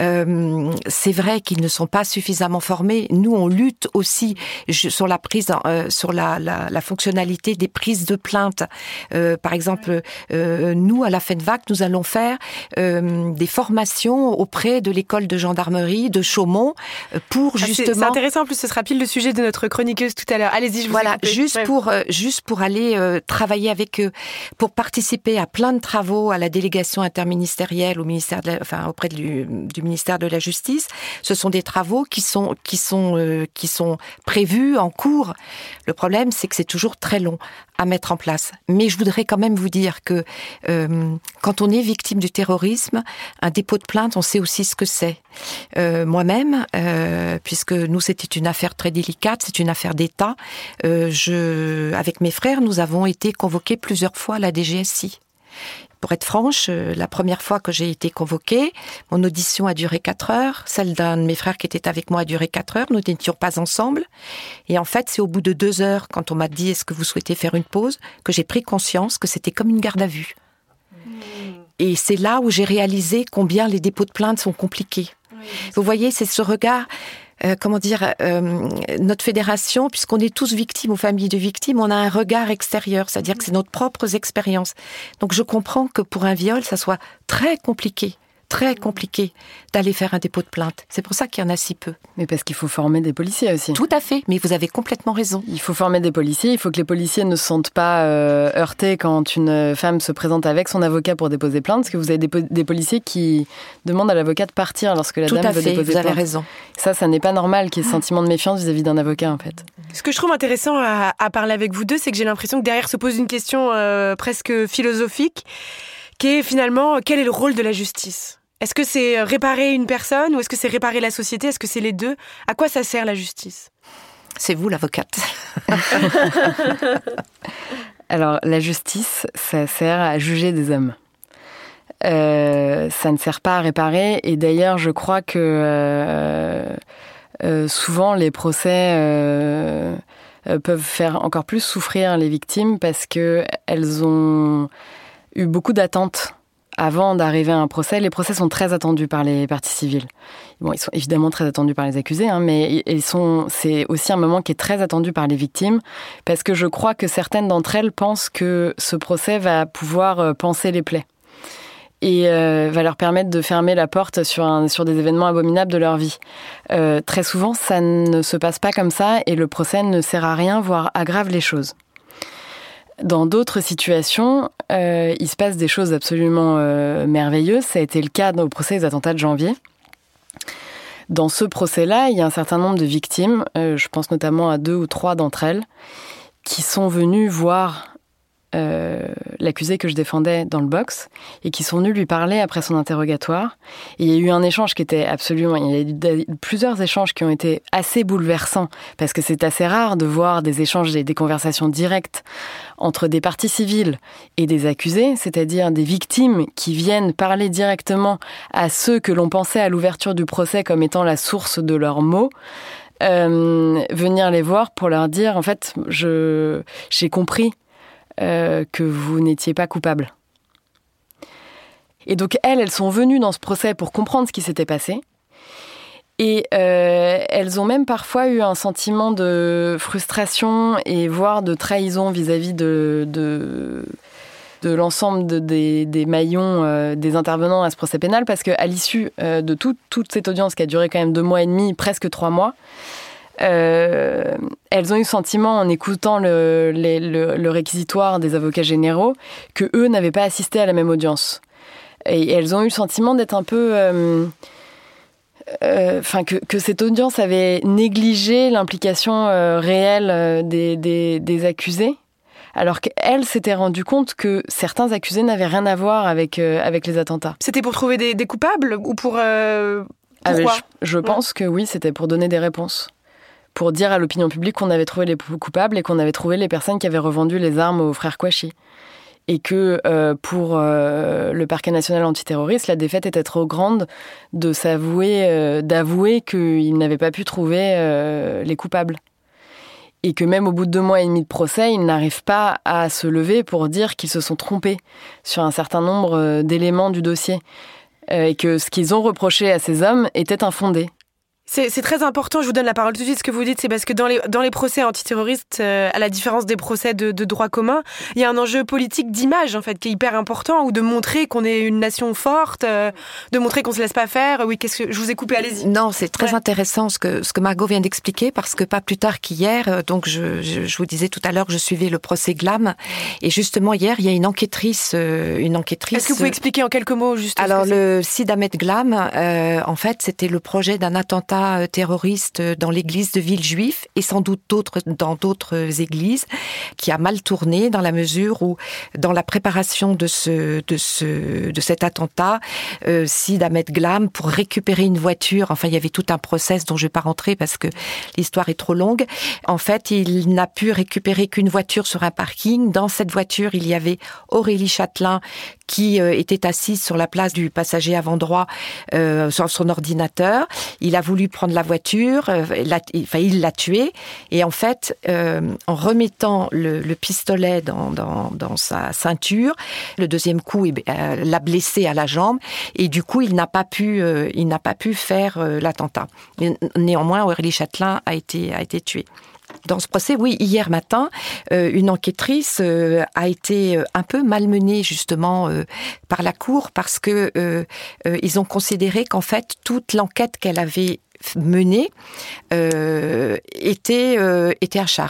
Euh, c'est vrai qu'ils ne sont pas suffisamment formés. Nous, on lutte aussi sur la prise, euh, sur la, la, la fonctionnalité des prises de plainte. Euh, par exemple, euh, nous, à la FENVAC, nous allons faire euh, des formations auprès de l'école de gendarmerie de Chaumont pour ah, justement... C'est, c'est intéressant, en plus, ce sera pile le sujet de notre chroniqueuse tout à l'heure. Allez-y, je vous Voilà, ai coupé. juste, ouais. pour, euh, juste pour aller euh, travailler avec eux, pour participer à plein de travaux à la délégation interministérielle au ministère de la, enfin auprès du, du ministère de la Justice. Ce sont des travaux qui sont qui sont euh, qui sont prévus en cours. Le problème, c'est que c'est toujours très long à mettre en place. Mais je voudrais quand même vous dire que euh, quand on est victime du terrorisme, un dépôt de plainte, on sait aussi ce que c'est. Euh, moi-même, euh, puisque nous c'était une affaire très délicate, c'est une affaire d'État. Euh, je, avec mes frères, nous avons été convoqués plusieurs fois à la D G S I. Pour être franche, la première fois que j'ai été convoquée, mon audition a duré quatre heures. Celle d'un de mes frères qui était avec moi a duré quatre heures. Nous n'étions pas ensemble. Et en fait, c'est au bout de deux heures, quand on m'a dit « Est-ce que vous souhaitez faire une pause ?», que j'ai pris conscience que c'était comme une garde à vue. Mmh. Et c'est là où j'ai réalisé combien les dépôts de plainte sont compliqués. Oui, vous voyez, c'est ce regard... Euh, comment dire, euh, notre fédération, puisqu'on est tous victimes, aux familles de victimes, on a un regard extérieur, c'est-à-dire que c'est notre propre expérience. Donc je comprends que pour un viol, ça soit très compliqué, très compliqué d'aller faire un dépôt de plainte. C'est pour ça qu'il y en a si peu. Mais parce qu'il faut former des policiers aussi. Tout à fait, mais vous avez complètement raison. Il faut former des policiers, il faut que les policiers ne se sentent pas euh, heurtés quand une femme se présente avec son avocat pour déposer plainte, parce que vous avez des, po- des policiers qui demandent à l'avocat de partir lorsque la Tout dame à veut fait, déposer vous plainte. Avez raison. Ça, ça n'est pas normal qu'il y ait ce sentiment de méfiance vis-à-vis d'un avocat, en fait. Ce que je trouve intéressant à, à parler avec vous deux, c'est que j'ai l'impression que derrière se pose une question euh, presque philosophique, qui est finalement, quel est le rôle de la justice ? Est-ce que c'est réparer une personne ou est-ce que c'est réparer la société? Est-ce que c'est les deux? À quoi ça sert la justice? C'est vous l'avocate. Alors, la justice, ça sert à juger des hommes. Euh, ça ne sert pas à réparer. Et d'ailleurs, je crois que euh, euh, souvent, les procès euh, euh, peuvent faire encore plus souffrir les victimes parce qu'elles ont eu beaucoup d'attentes avant d'arriver à un procès. Les procès sont très attendus par les parties civiles. Bon, ils sont évidemment très attendus par les accusés, hein, mais ils sont, c'est aussi un moment qui est très attendu par les victimes, parce que je crois que certaines d'entre elles pensent que ce procès va pouvoir panser les plaies et euh, va leur permettre de fermer la porte sur, un, sur des événements abominables de leur vie. Euh, très souvent, ça ne se passe pas comme ça, et le procès ne sert à rien, voire aggrave les choses. Dans d'autres situations, euh, il se passe des choses absolument euh, merveilleuses. Ça a été le cas au procès des attentats de janvier. Dans ce procès-là, il y a un certain nombre de victimes, euh, je pense notamment à deux ou trois d'entre elles, qui sont venues voir euh, l'accusé que je défendais dans le box et qui sont venues lui parler après son interrogatoire. Et il y a eu un échange qui était absolument... Il y a eu plusieurs échanges qui ont été assez bouleversants, parce que c'est assez rare de voir des échanges et des conversations directes entre des parties civiles et des accusés, c'est-à-dire des victimes qui viennent parler directement à ceux que l'on pensait à l'ouverture du procès comme étant la source de leurs maux, euh, venir les voir pour leur dire, en fait, je, j'ai compris euh, que vous n'étiez pas coupable. Et donc, elles, elles sont venues dans ce procès pour comprendre ce qui s'était passé. Et euh, elles ont même parfois eu un sentiment de frustration et voire de trahison vis-à-vis de, de, de l'ensemble de, des, des maillons euh, des intervenants à ce procès pénal, parce qu'à l'issue euh, de tout, toute cette audience qui a duré quand même deux mois et demi, presque trois mois, euh, elles ont eu le sentiment, en écoutant le, les, le, le réquisitoire des avocats généraux, que eux n'avaient pas assisté à la même audience. Et elles ont eu le sentiment d'être un peu... Euh, Enfin, euh, que, que cette audience avait négligé l'implication euh, réelle euh, des, des, des accusés, alors qu'elle s'était rendue compte que certains accusés n'avaient rien à voir avec, euh, avec les attentats. C'était pour trouver des, des coupables ou pour... Euh, pourquoi ? ah, Je, je ouais. pense que oui, c'était pour donner des réponses. Pour dire à l'opinion publique qu'on avait trouvé les coupables et qu'on avait trouvé les personnes qui avaient revendu les armes aux frères Kouachi. Et que euh, pour euh, le parquet national antiterroriste, la défaite était trop grande de s'avouer, euh, d'avouer qu'il n'avait pas pu trouver euh, les coupables. Et que même au bout de deux mois et demi de procès, ils n'arrivent pas à se lever pour dire qu'ils se sont trompés sur un certain nombre d'éléments du dossier. Euh, et que ce qu'ils ont reproché à ces hommes était infondé. C'est, c'est très important, je vous donne la parole tout de suite, ce que vous dites, c'est parce que dans les, dans les procès antiterroristes, euh, à la différence des procès de, de droit commun, il y a un enjeu politique d'image, en fait, qui est hyper important, ou de montrer qu'on est une nation forte, euh, de montrer qu'on se laisse pas faire. Oui, qu'est-ce que je vous ai coupé, allez-y. Non, c'est très ouais. intéressant ce que, ce que Margot vient d'expliquer, parce que pas plus tard qu'hier, donc je, je, je vous disais tout à l'heure que je suivais le procès Glam, et justement hier, il y a une enquêtrice, euh, une enquêtrice. Est-ce que vous pouvez expliquer en quelques mots, juste Alors, ce le Sid Ahmed Glam, euh, en fait, c'était le projet d'un attentat terroriste dans l'église de Villejuif et sans doute d'autres, dans d'autres églises, qui a mal tourné dans la mesure où, dans la préparation de ce, de ce, de cet attentat, euh, Sid Ahmed Glam, pour récupérer une voiture, enfin, il y avait tout un process dont je vais pas rentrer parce que l'histoire est trop longue. En fait, il n'a pu récupérer qu'une voiture sur un parking. Dans cette voiture, il y avait Aurélie Chatelain, qui euh, était assise sur la place du passager avant droit euh, sur son ordinateur. Il a voulu prendre la voiture, euh, la, enfin il l'a tuée. Et en fait, euh, en remettant le, le pistolet dans, dans, dans sa ceinture, le deuxième coup euh, l'a blessé à la jambe. Et du coup, il n'a pas pu, euh, il n'a pas pu faire euh, l'attentat. Mais, néanmoins, Aurélie Chatelain a été, a été tuée. Dans ce procès, oui, hier matin, euh, une enquêtrice euh, a été euh, un peu malmenée justement euh, par la cour parce que euh, euh, ils ont considéré qu'en fait toute l'enquête qu'elle avait menée euh, était euh, était à charge.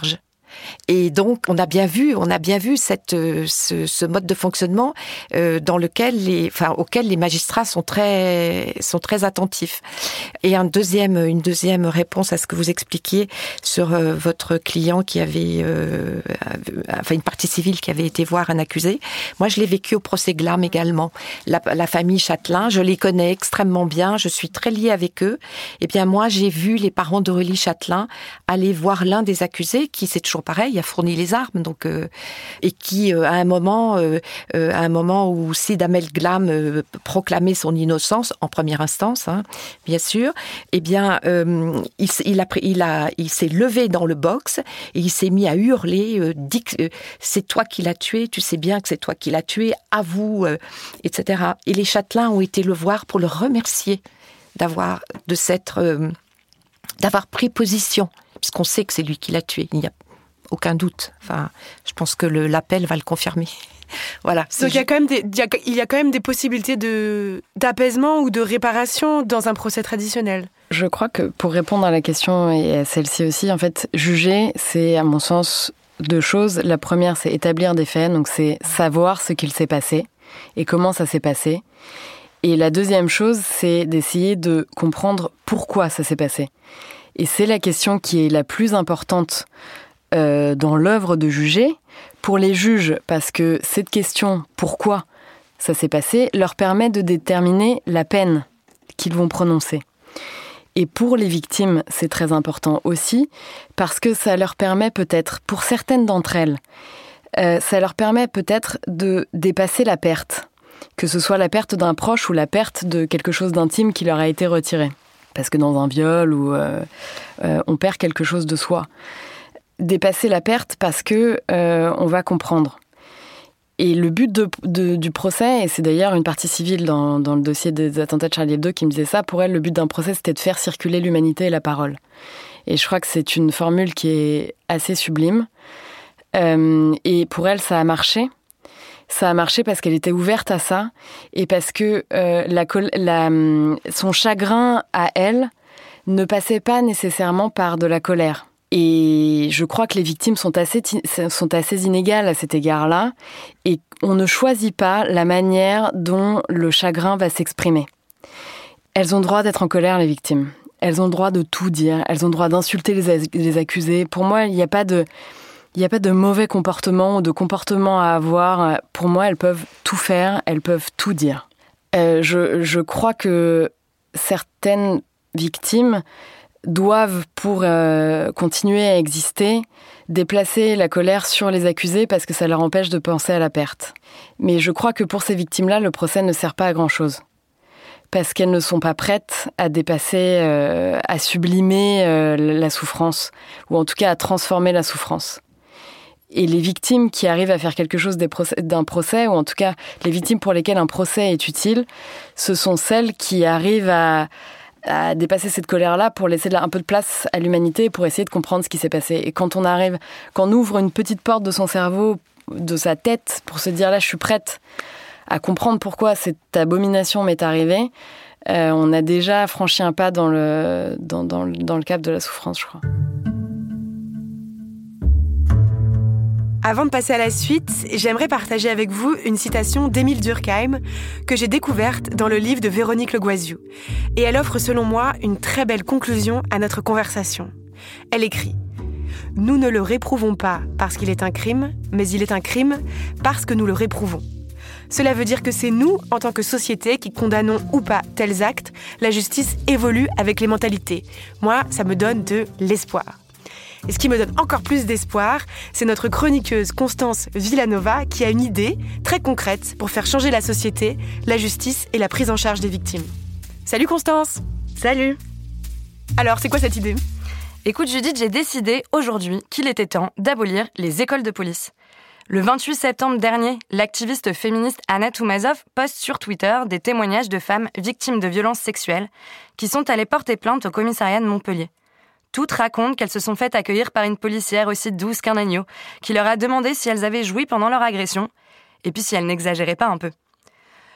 Et donc, on a bien vu, on a bien vu cette, ce, ce mode de fonctionnement euh, dans lequel les, enfin, auquel les magistrats sont très, sont très attentifs. Et un deuxième, une deuxième réponse à ce que vous expliquiez sur euh, votre client qui avait, euh, enfin, une partie civile qui avait été voir un accusé. Moi, je l'ai vécu au procès Glam également. La, la famille Châtelain, je les connais extrêmement bien, je suis très liée avec eux. Et bien, moi, j'ai vu les parents d'Aurélie Châtelain aller voir l'un des accusés qui, c'est toujours pareil, a fourni les armes, donc euh, et qui euh, à un moment, euh, euh, à un moment où Sid Ahmed Glam euh, proclamait son innocence en première instance, hein, bien sûr, eh bien, euh, il, il a pris, il a, il s'est levé dans le box et il s'est mis à hurler, euh, dit que euh, c'est toi qui l'as tué, tu sais bien que c'est toi qui l'as tué, avoue, euh, et cetera. Et les Châtelains ont été le voir pour le remercier d'avoir de s'être, euh, d'avoir pris position, puisqu'on sait que c'est lui qui l'a tué. Il n'y a aucun doute. Enfin, je pense que le, l'appel va le confirmer. Voilà. Donc il y a quand même des, il y a, il y a quand même des possibilités de, d'apaisement ou de réparation dans un procès traditionnel. Je crois que pour répondre à la question et à celle-ci aussi, en fait, juger, c'est à mon sens deux choses. La première, c'est établir des faits, donc c'est savoir ce qu'il s'est passé et comment ça s'est passé. Et la deuxième chose, c'est d'essayer de comprendre pourquoi ça s'est passé. Et c'est la question qui est la plus importante Euh, dans l'œuvre de juger, pour les juges, parce que cette question, pourquoi ça s'est passé, leur permet de déterminer la peine qu'ils vont prononcer. Et pour les victimes, c'est très important aussi, parce que ça leur permet peut-être, pour certaines d'entre elles, euh, ça leur permet peut-être de dépasser la perte, que ce soit la perte d'un proche ou la perte de quelque chose d'intime qui leur a été retiré. Parce que dans un viol, où, euh, euh, on perd quelque chose de soi. Dépasser la perte parce que euh, on va comprendre. Et le but de, de, du procès, et c'est d'ailleurs une partie civile dans, dans le dossier des attentats de Charlie Hebdo qui me disait ça, pour elle, le but d'un procès, c'était de faire circuler l'humanité et la parole. Et je crois que c'est une formule qui est assez sublime. Euh, et pour elle, ça a marché. Ça a marché parce qu'elle était ouverte à ça et parce que euh, la, la, son chagrin à elle ne passait pas nécessairement par de la colère. Et je crois que les victimes sont assez, sont assez inégales à cet égard-là, et on ne choisit pas la manière dont le chagrin va s'exprimer. Elles ont le droit d'être en colère, les victimes. Elles ont le droit de tout dire, elles ont le droit d'insulter les, les accusés. Pour moi, il n'y a pas de, il n'y a pas de mauvais comportement ou de comportement à avoir. Pour moi, elles peuvent tout faire, elles peuvent tout dire. Euh, je, je crois que certaines victimes doivent, pour euh, continuer à exister, déplacer la colère sur les accusés parce que ça leur empêche de penser à la perte. Mais je crois que pour ces victimes-là, le procès ne sert pas à grand-chose. Parce qu'elles ne sont pas prêtes à dépasser, euh, à sublimer euh, la souffrance, ou en tout cas à transformer la souffrance. Et les victimes qui arrivent à faire quelque chose des procès, d'un procès, ou en tout cas les victimes pour lesquelles un procès est utile, ce sont celles qui arrivent à à dépasser cette colère-là pour laisser un peu de place à l'humanité, pour essayer de comprendre ce qui s'est passé. Et quand on arrive, quand on ouvre une petite porte de son cerveau, de sa tête, pour se dire là, je suis prête à comprendre pourquoi cette abomination m'est arrivée, euh, on a déjà franchi un pas dans le, dans, dans, dans le cap de la souffrance, je crois. Avant de passer à la suite, j'aimerais partager avec vous une citation d'Émile Durkheim que j'ai découverte dans le livre de Véronique Legoisiou. Et elle offre, selon moi, une très belle conclusion à notre conversation. Elle écrit « Nous ne le réprouvons pas parce qu'il est un crime, mais il est un crime parce que nous le réprouvons. Cela veut dire que c'est nous, en tant que société, qui condamnons ou pas tels actes. La justice évolue avec les mentalités. Moi, ça me donne de l'espoir. » Et ce qui me donne encore plus d'espoir, c'est notre chroniqueuse Constance Villanova qui a une idée très concrète pour faire changer la société, la justice et la prise en charge des victimes. Salut Constance! Salut! Alors, c'est quoi cette idée? Écoute Judith, j'ai décidé aujourd'hui qu'il était temps d'abolir les écoles de police. Le vingt-huit septembre dernier, l'activiste féministe Anna Toumazov poste sur Twitter des témoignages de femmes victimes de violences sexuelles qui sont allées porter plainte au commissariat de Montpellier. Toutes racontent qu'elles se sont faites accueillir par une policière aussi douce qu'un agneau, qui leur a demandé si elles avaient joui pendant leur agression, et puis si elles n'exagéraient pas un peu.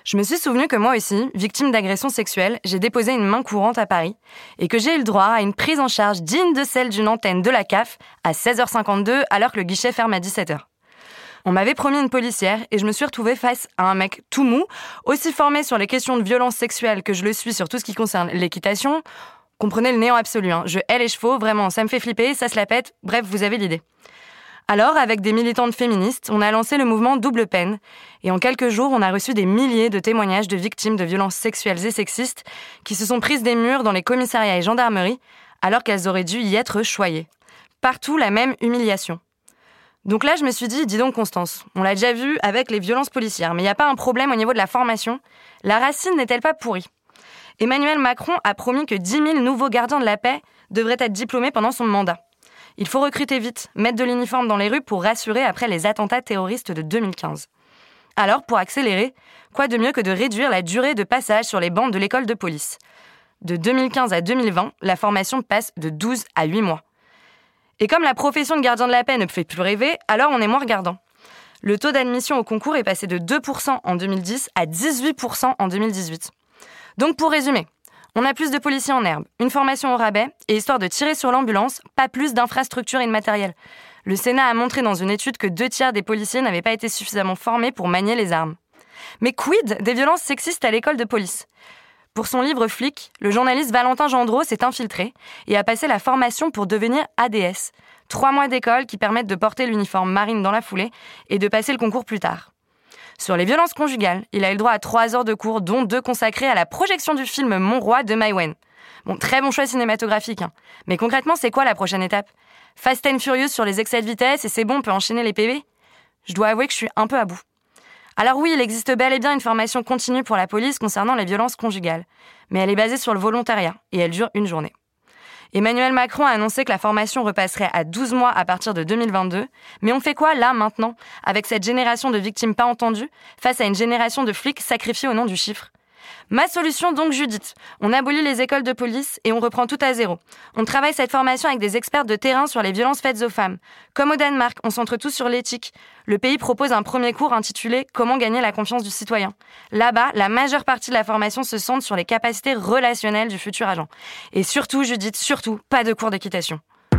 Je me suis souvenu que moi aussi, victime d'agression sexuelle, j'ai déposé une main courante à Paris et que j'ai eu le droit à une prise en charge digne de celle d'une antenne de la C A F à seize heures cinquante-deux alors que le guichet ferme à dix-sept heures. On m'avait promis une policière et je me suis retrouvée face à un mec tout mou, aussi formé sur les questions de violence sexuelle que je le suis sur tout ce qui concerne l'équitation. Comprenez le néant absolu, hein. Je hais les chevaux, vraiment, ça me fait flipper, ça se la pète, bref, vous avez l'idée. Alors, avec des militantes féministes, on a lancé le mouvement Double Peine. Et en quelques jours, on a reçu des milliers de témoignages de victimes de violences sexuelles et sexistes qui se sont prises des murs dans les commissariats et gendarmeries alors qu'elles auraient dû y être choyées. Partout, la même humiliation. Donc là, je me suis dit, dis donc Constance, on l'a déjà vu avec les violences policières, mais il n'y a pas un problème au niveau de la formation. La racine n'est-elle pas pourrie ? Emmanuel Macron a promis que dix mille nouveaux gardiens de la paix devraient être diplômés pendant son mandat. Il faut recruter vite, mettre de l'uniforme dans les rues pour rassurer après les attentats terroristes de deux mille quinze. Alors, pour accélérer, quoi de mieux que de réduire la durée de passage sur les bancs de l'école de police. De deux mille quinze à deux mille vingt, la formation passe de douze à huit mois. Et comme la profession de gardien de la paix ne fait plus rêver, alors on est moins regardant. Le taux d'admission au concours est passé de deux pour cent en deux mille dix à dix-huit pour cent en deux mille dix-huit. Donc pour résumer, on a plus de policiers en herbe, une formation au rabais, et histoire de tirer sur l'ambulance, pas plus d'infrastructures et de matériel. Le Sénat a montré dans une étude que deux tiers des policiers n'avaient pas été suffisamment formés pour manier les armes. Mais quid des violences sexistes à l'école de police ? Pour son livre Flic, le journaliste Valentin Gendreau s'est infiltré et a passé la formation pour devenir A D S. Trois mois d'école qui permettent de porter l'uniforme marine dans la foulée et de passer le concours plus tard. Sur les violences conjugales, il a eu le droit à trois heures de cours, dont deux consacrés à la projection du film Mon Roi de Mai Wen. Bon, très bon choix cinématographique, hein. Mais concrètement, c'est quoi la prochaine étape ? Fast and Furious sur les excès de vitesse et c'est bon, on peut enchaîner les P V ? Je dois avouer que je suis un peu à bout. Alors oui, il existe bel et bien une formation continue pour la police concernant les violences conjugales. Mais elle est basée sur le volontariat et elle dure une journée. Emmanuel Macron a annoncé que la formation repasserait à douze mois à partir de deux mille vingt-deux. Mais on fait quoi là, maintenant, avec cette génération de victimes pas entendues, face à une génération de flics sacrifiés au nom du chiffre ? Ma solution donc, Judith, on abolit les écoles de police et on reprend tout à zéro. On travaille cette formation avec des experts de terrain sur les violences faites aux femmes. Comme au Danemark, on centre tout sur l'éthique. Le pays propose un premier cours intitulé « Comment gagner la confiance du citoyen ». Là-bas, la majeure partie de la formation se centre sur les capacités relationnelles du futur agent. Et surtout, Judith, surtout, pas de cours d'équitation.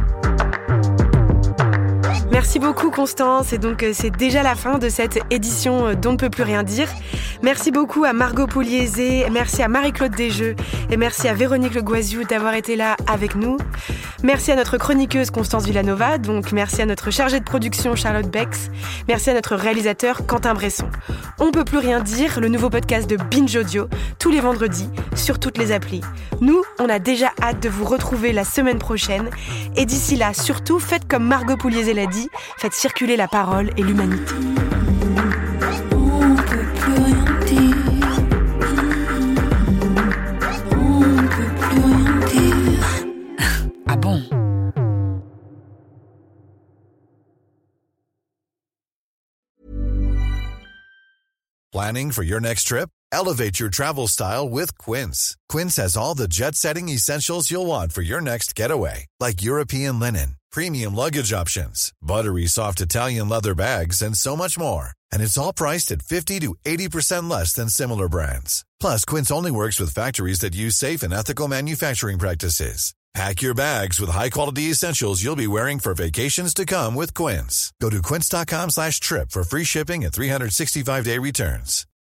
Merci beaucoup Constance, et donc c'est déjà la fin de cette édition d'On ne peut plus rien dire. Merci beaucoup à Margot Pugliese, merci à Marie-Claude Desjeux et merci à Véronique Le Goisiou d'avoir été là avec nous. Merci à notre chroniqueuse Constance Villanova, donc merci à notre chargée de production Charlotte Bex, merci à notre réalisateur Quentin Bresson. On peut plus rien dire, le nouveau podcast de Binge Audio, tous les vendredis, sur toutes les applis. Nous, on a déjà hâte de vous retrouver la semaine prochaine, et d'ici là, surtout, faites comme Margot Pugliese l'a dit, faites circuler la parole et l'humanité. On peut plus rien dire. On peut plus rien dire. Ah bon? Planning for your next trip? Elevate your travel style with Quince. Quince has all the jet-setting essentials you'll want for your next getaway, like European linen, premium luggage options, buttery soft Italian leather bags, and so much more. And it's all priced at fifty to eighty percent less than similar brands. Plus, Quince only works with factories that use safe and ethical manufacturing practices. Pack your bags with high-quality essentials you'll be wearing for vacations to come with Quince. Go to quince dot com slash trip for free shipping and three sixty-five day returns.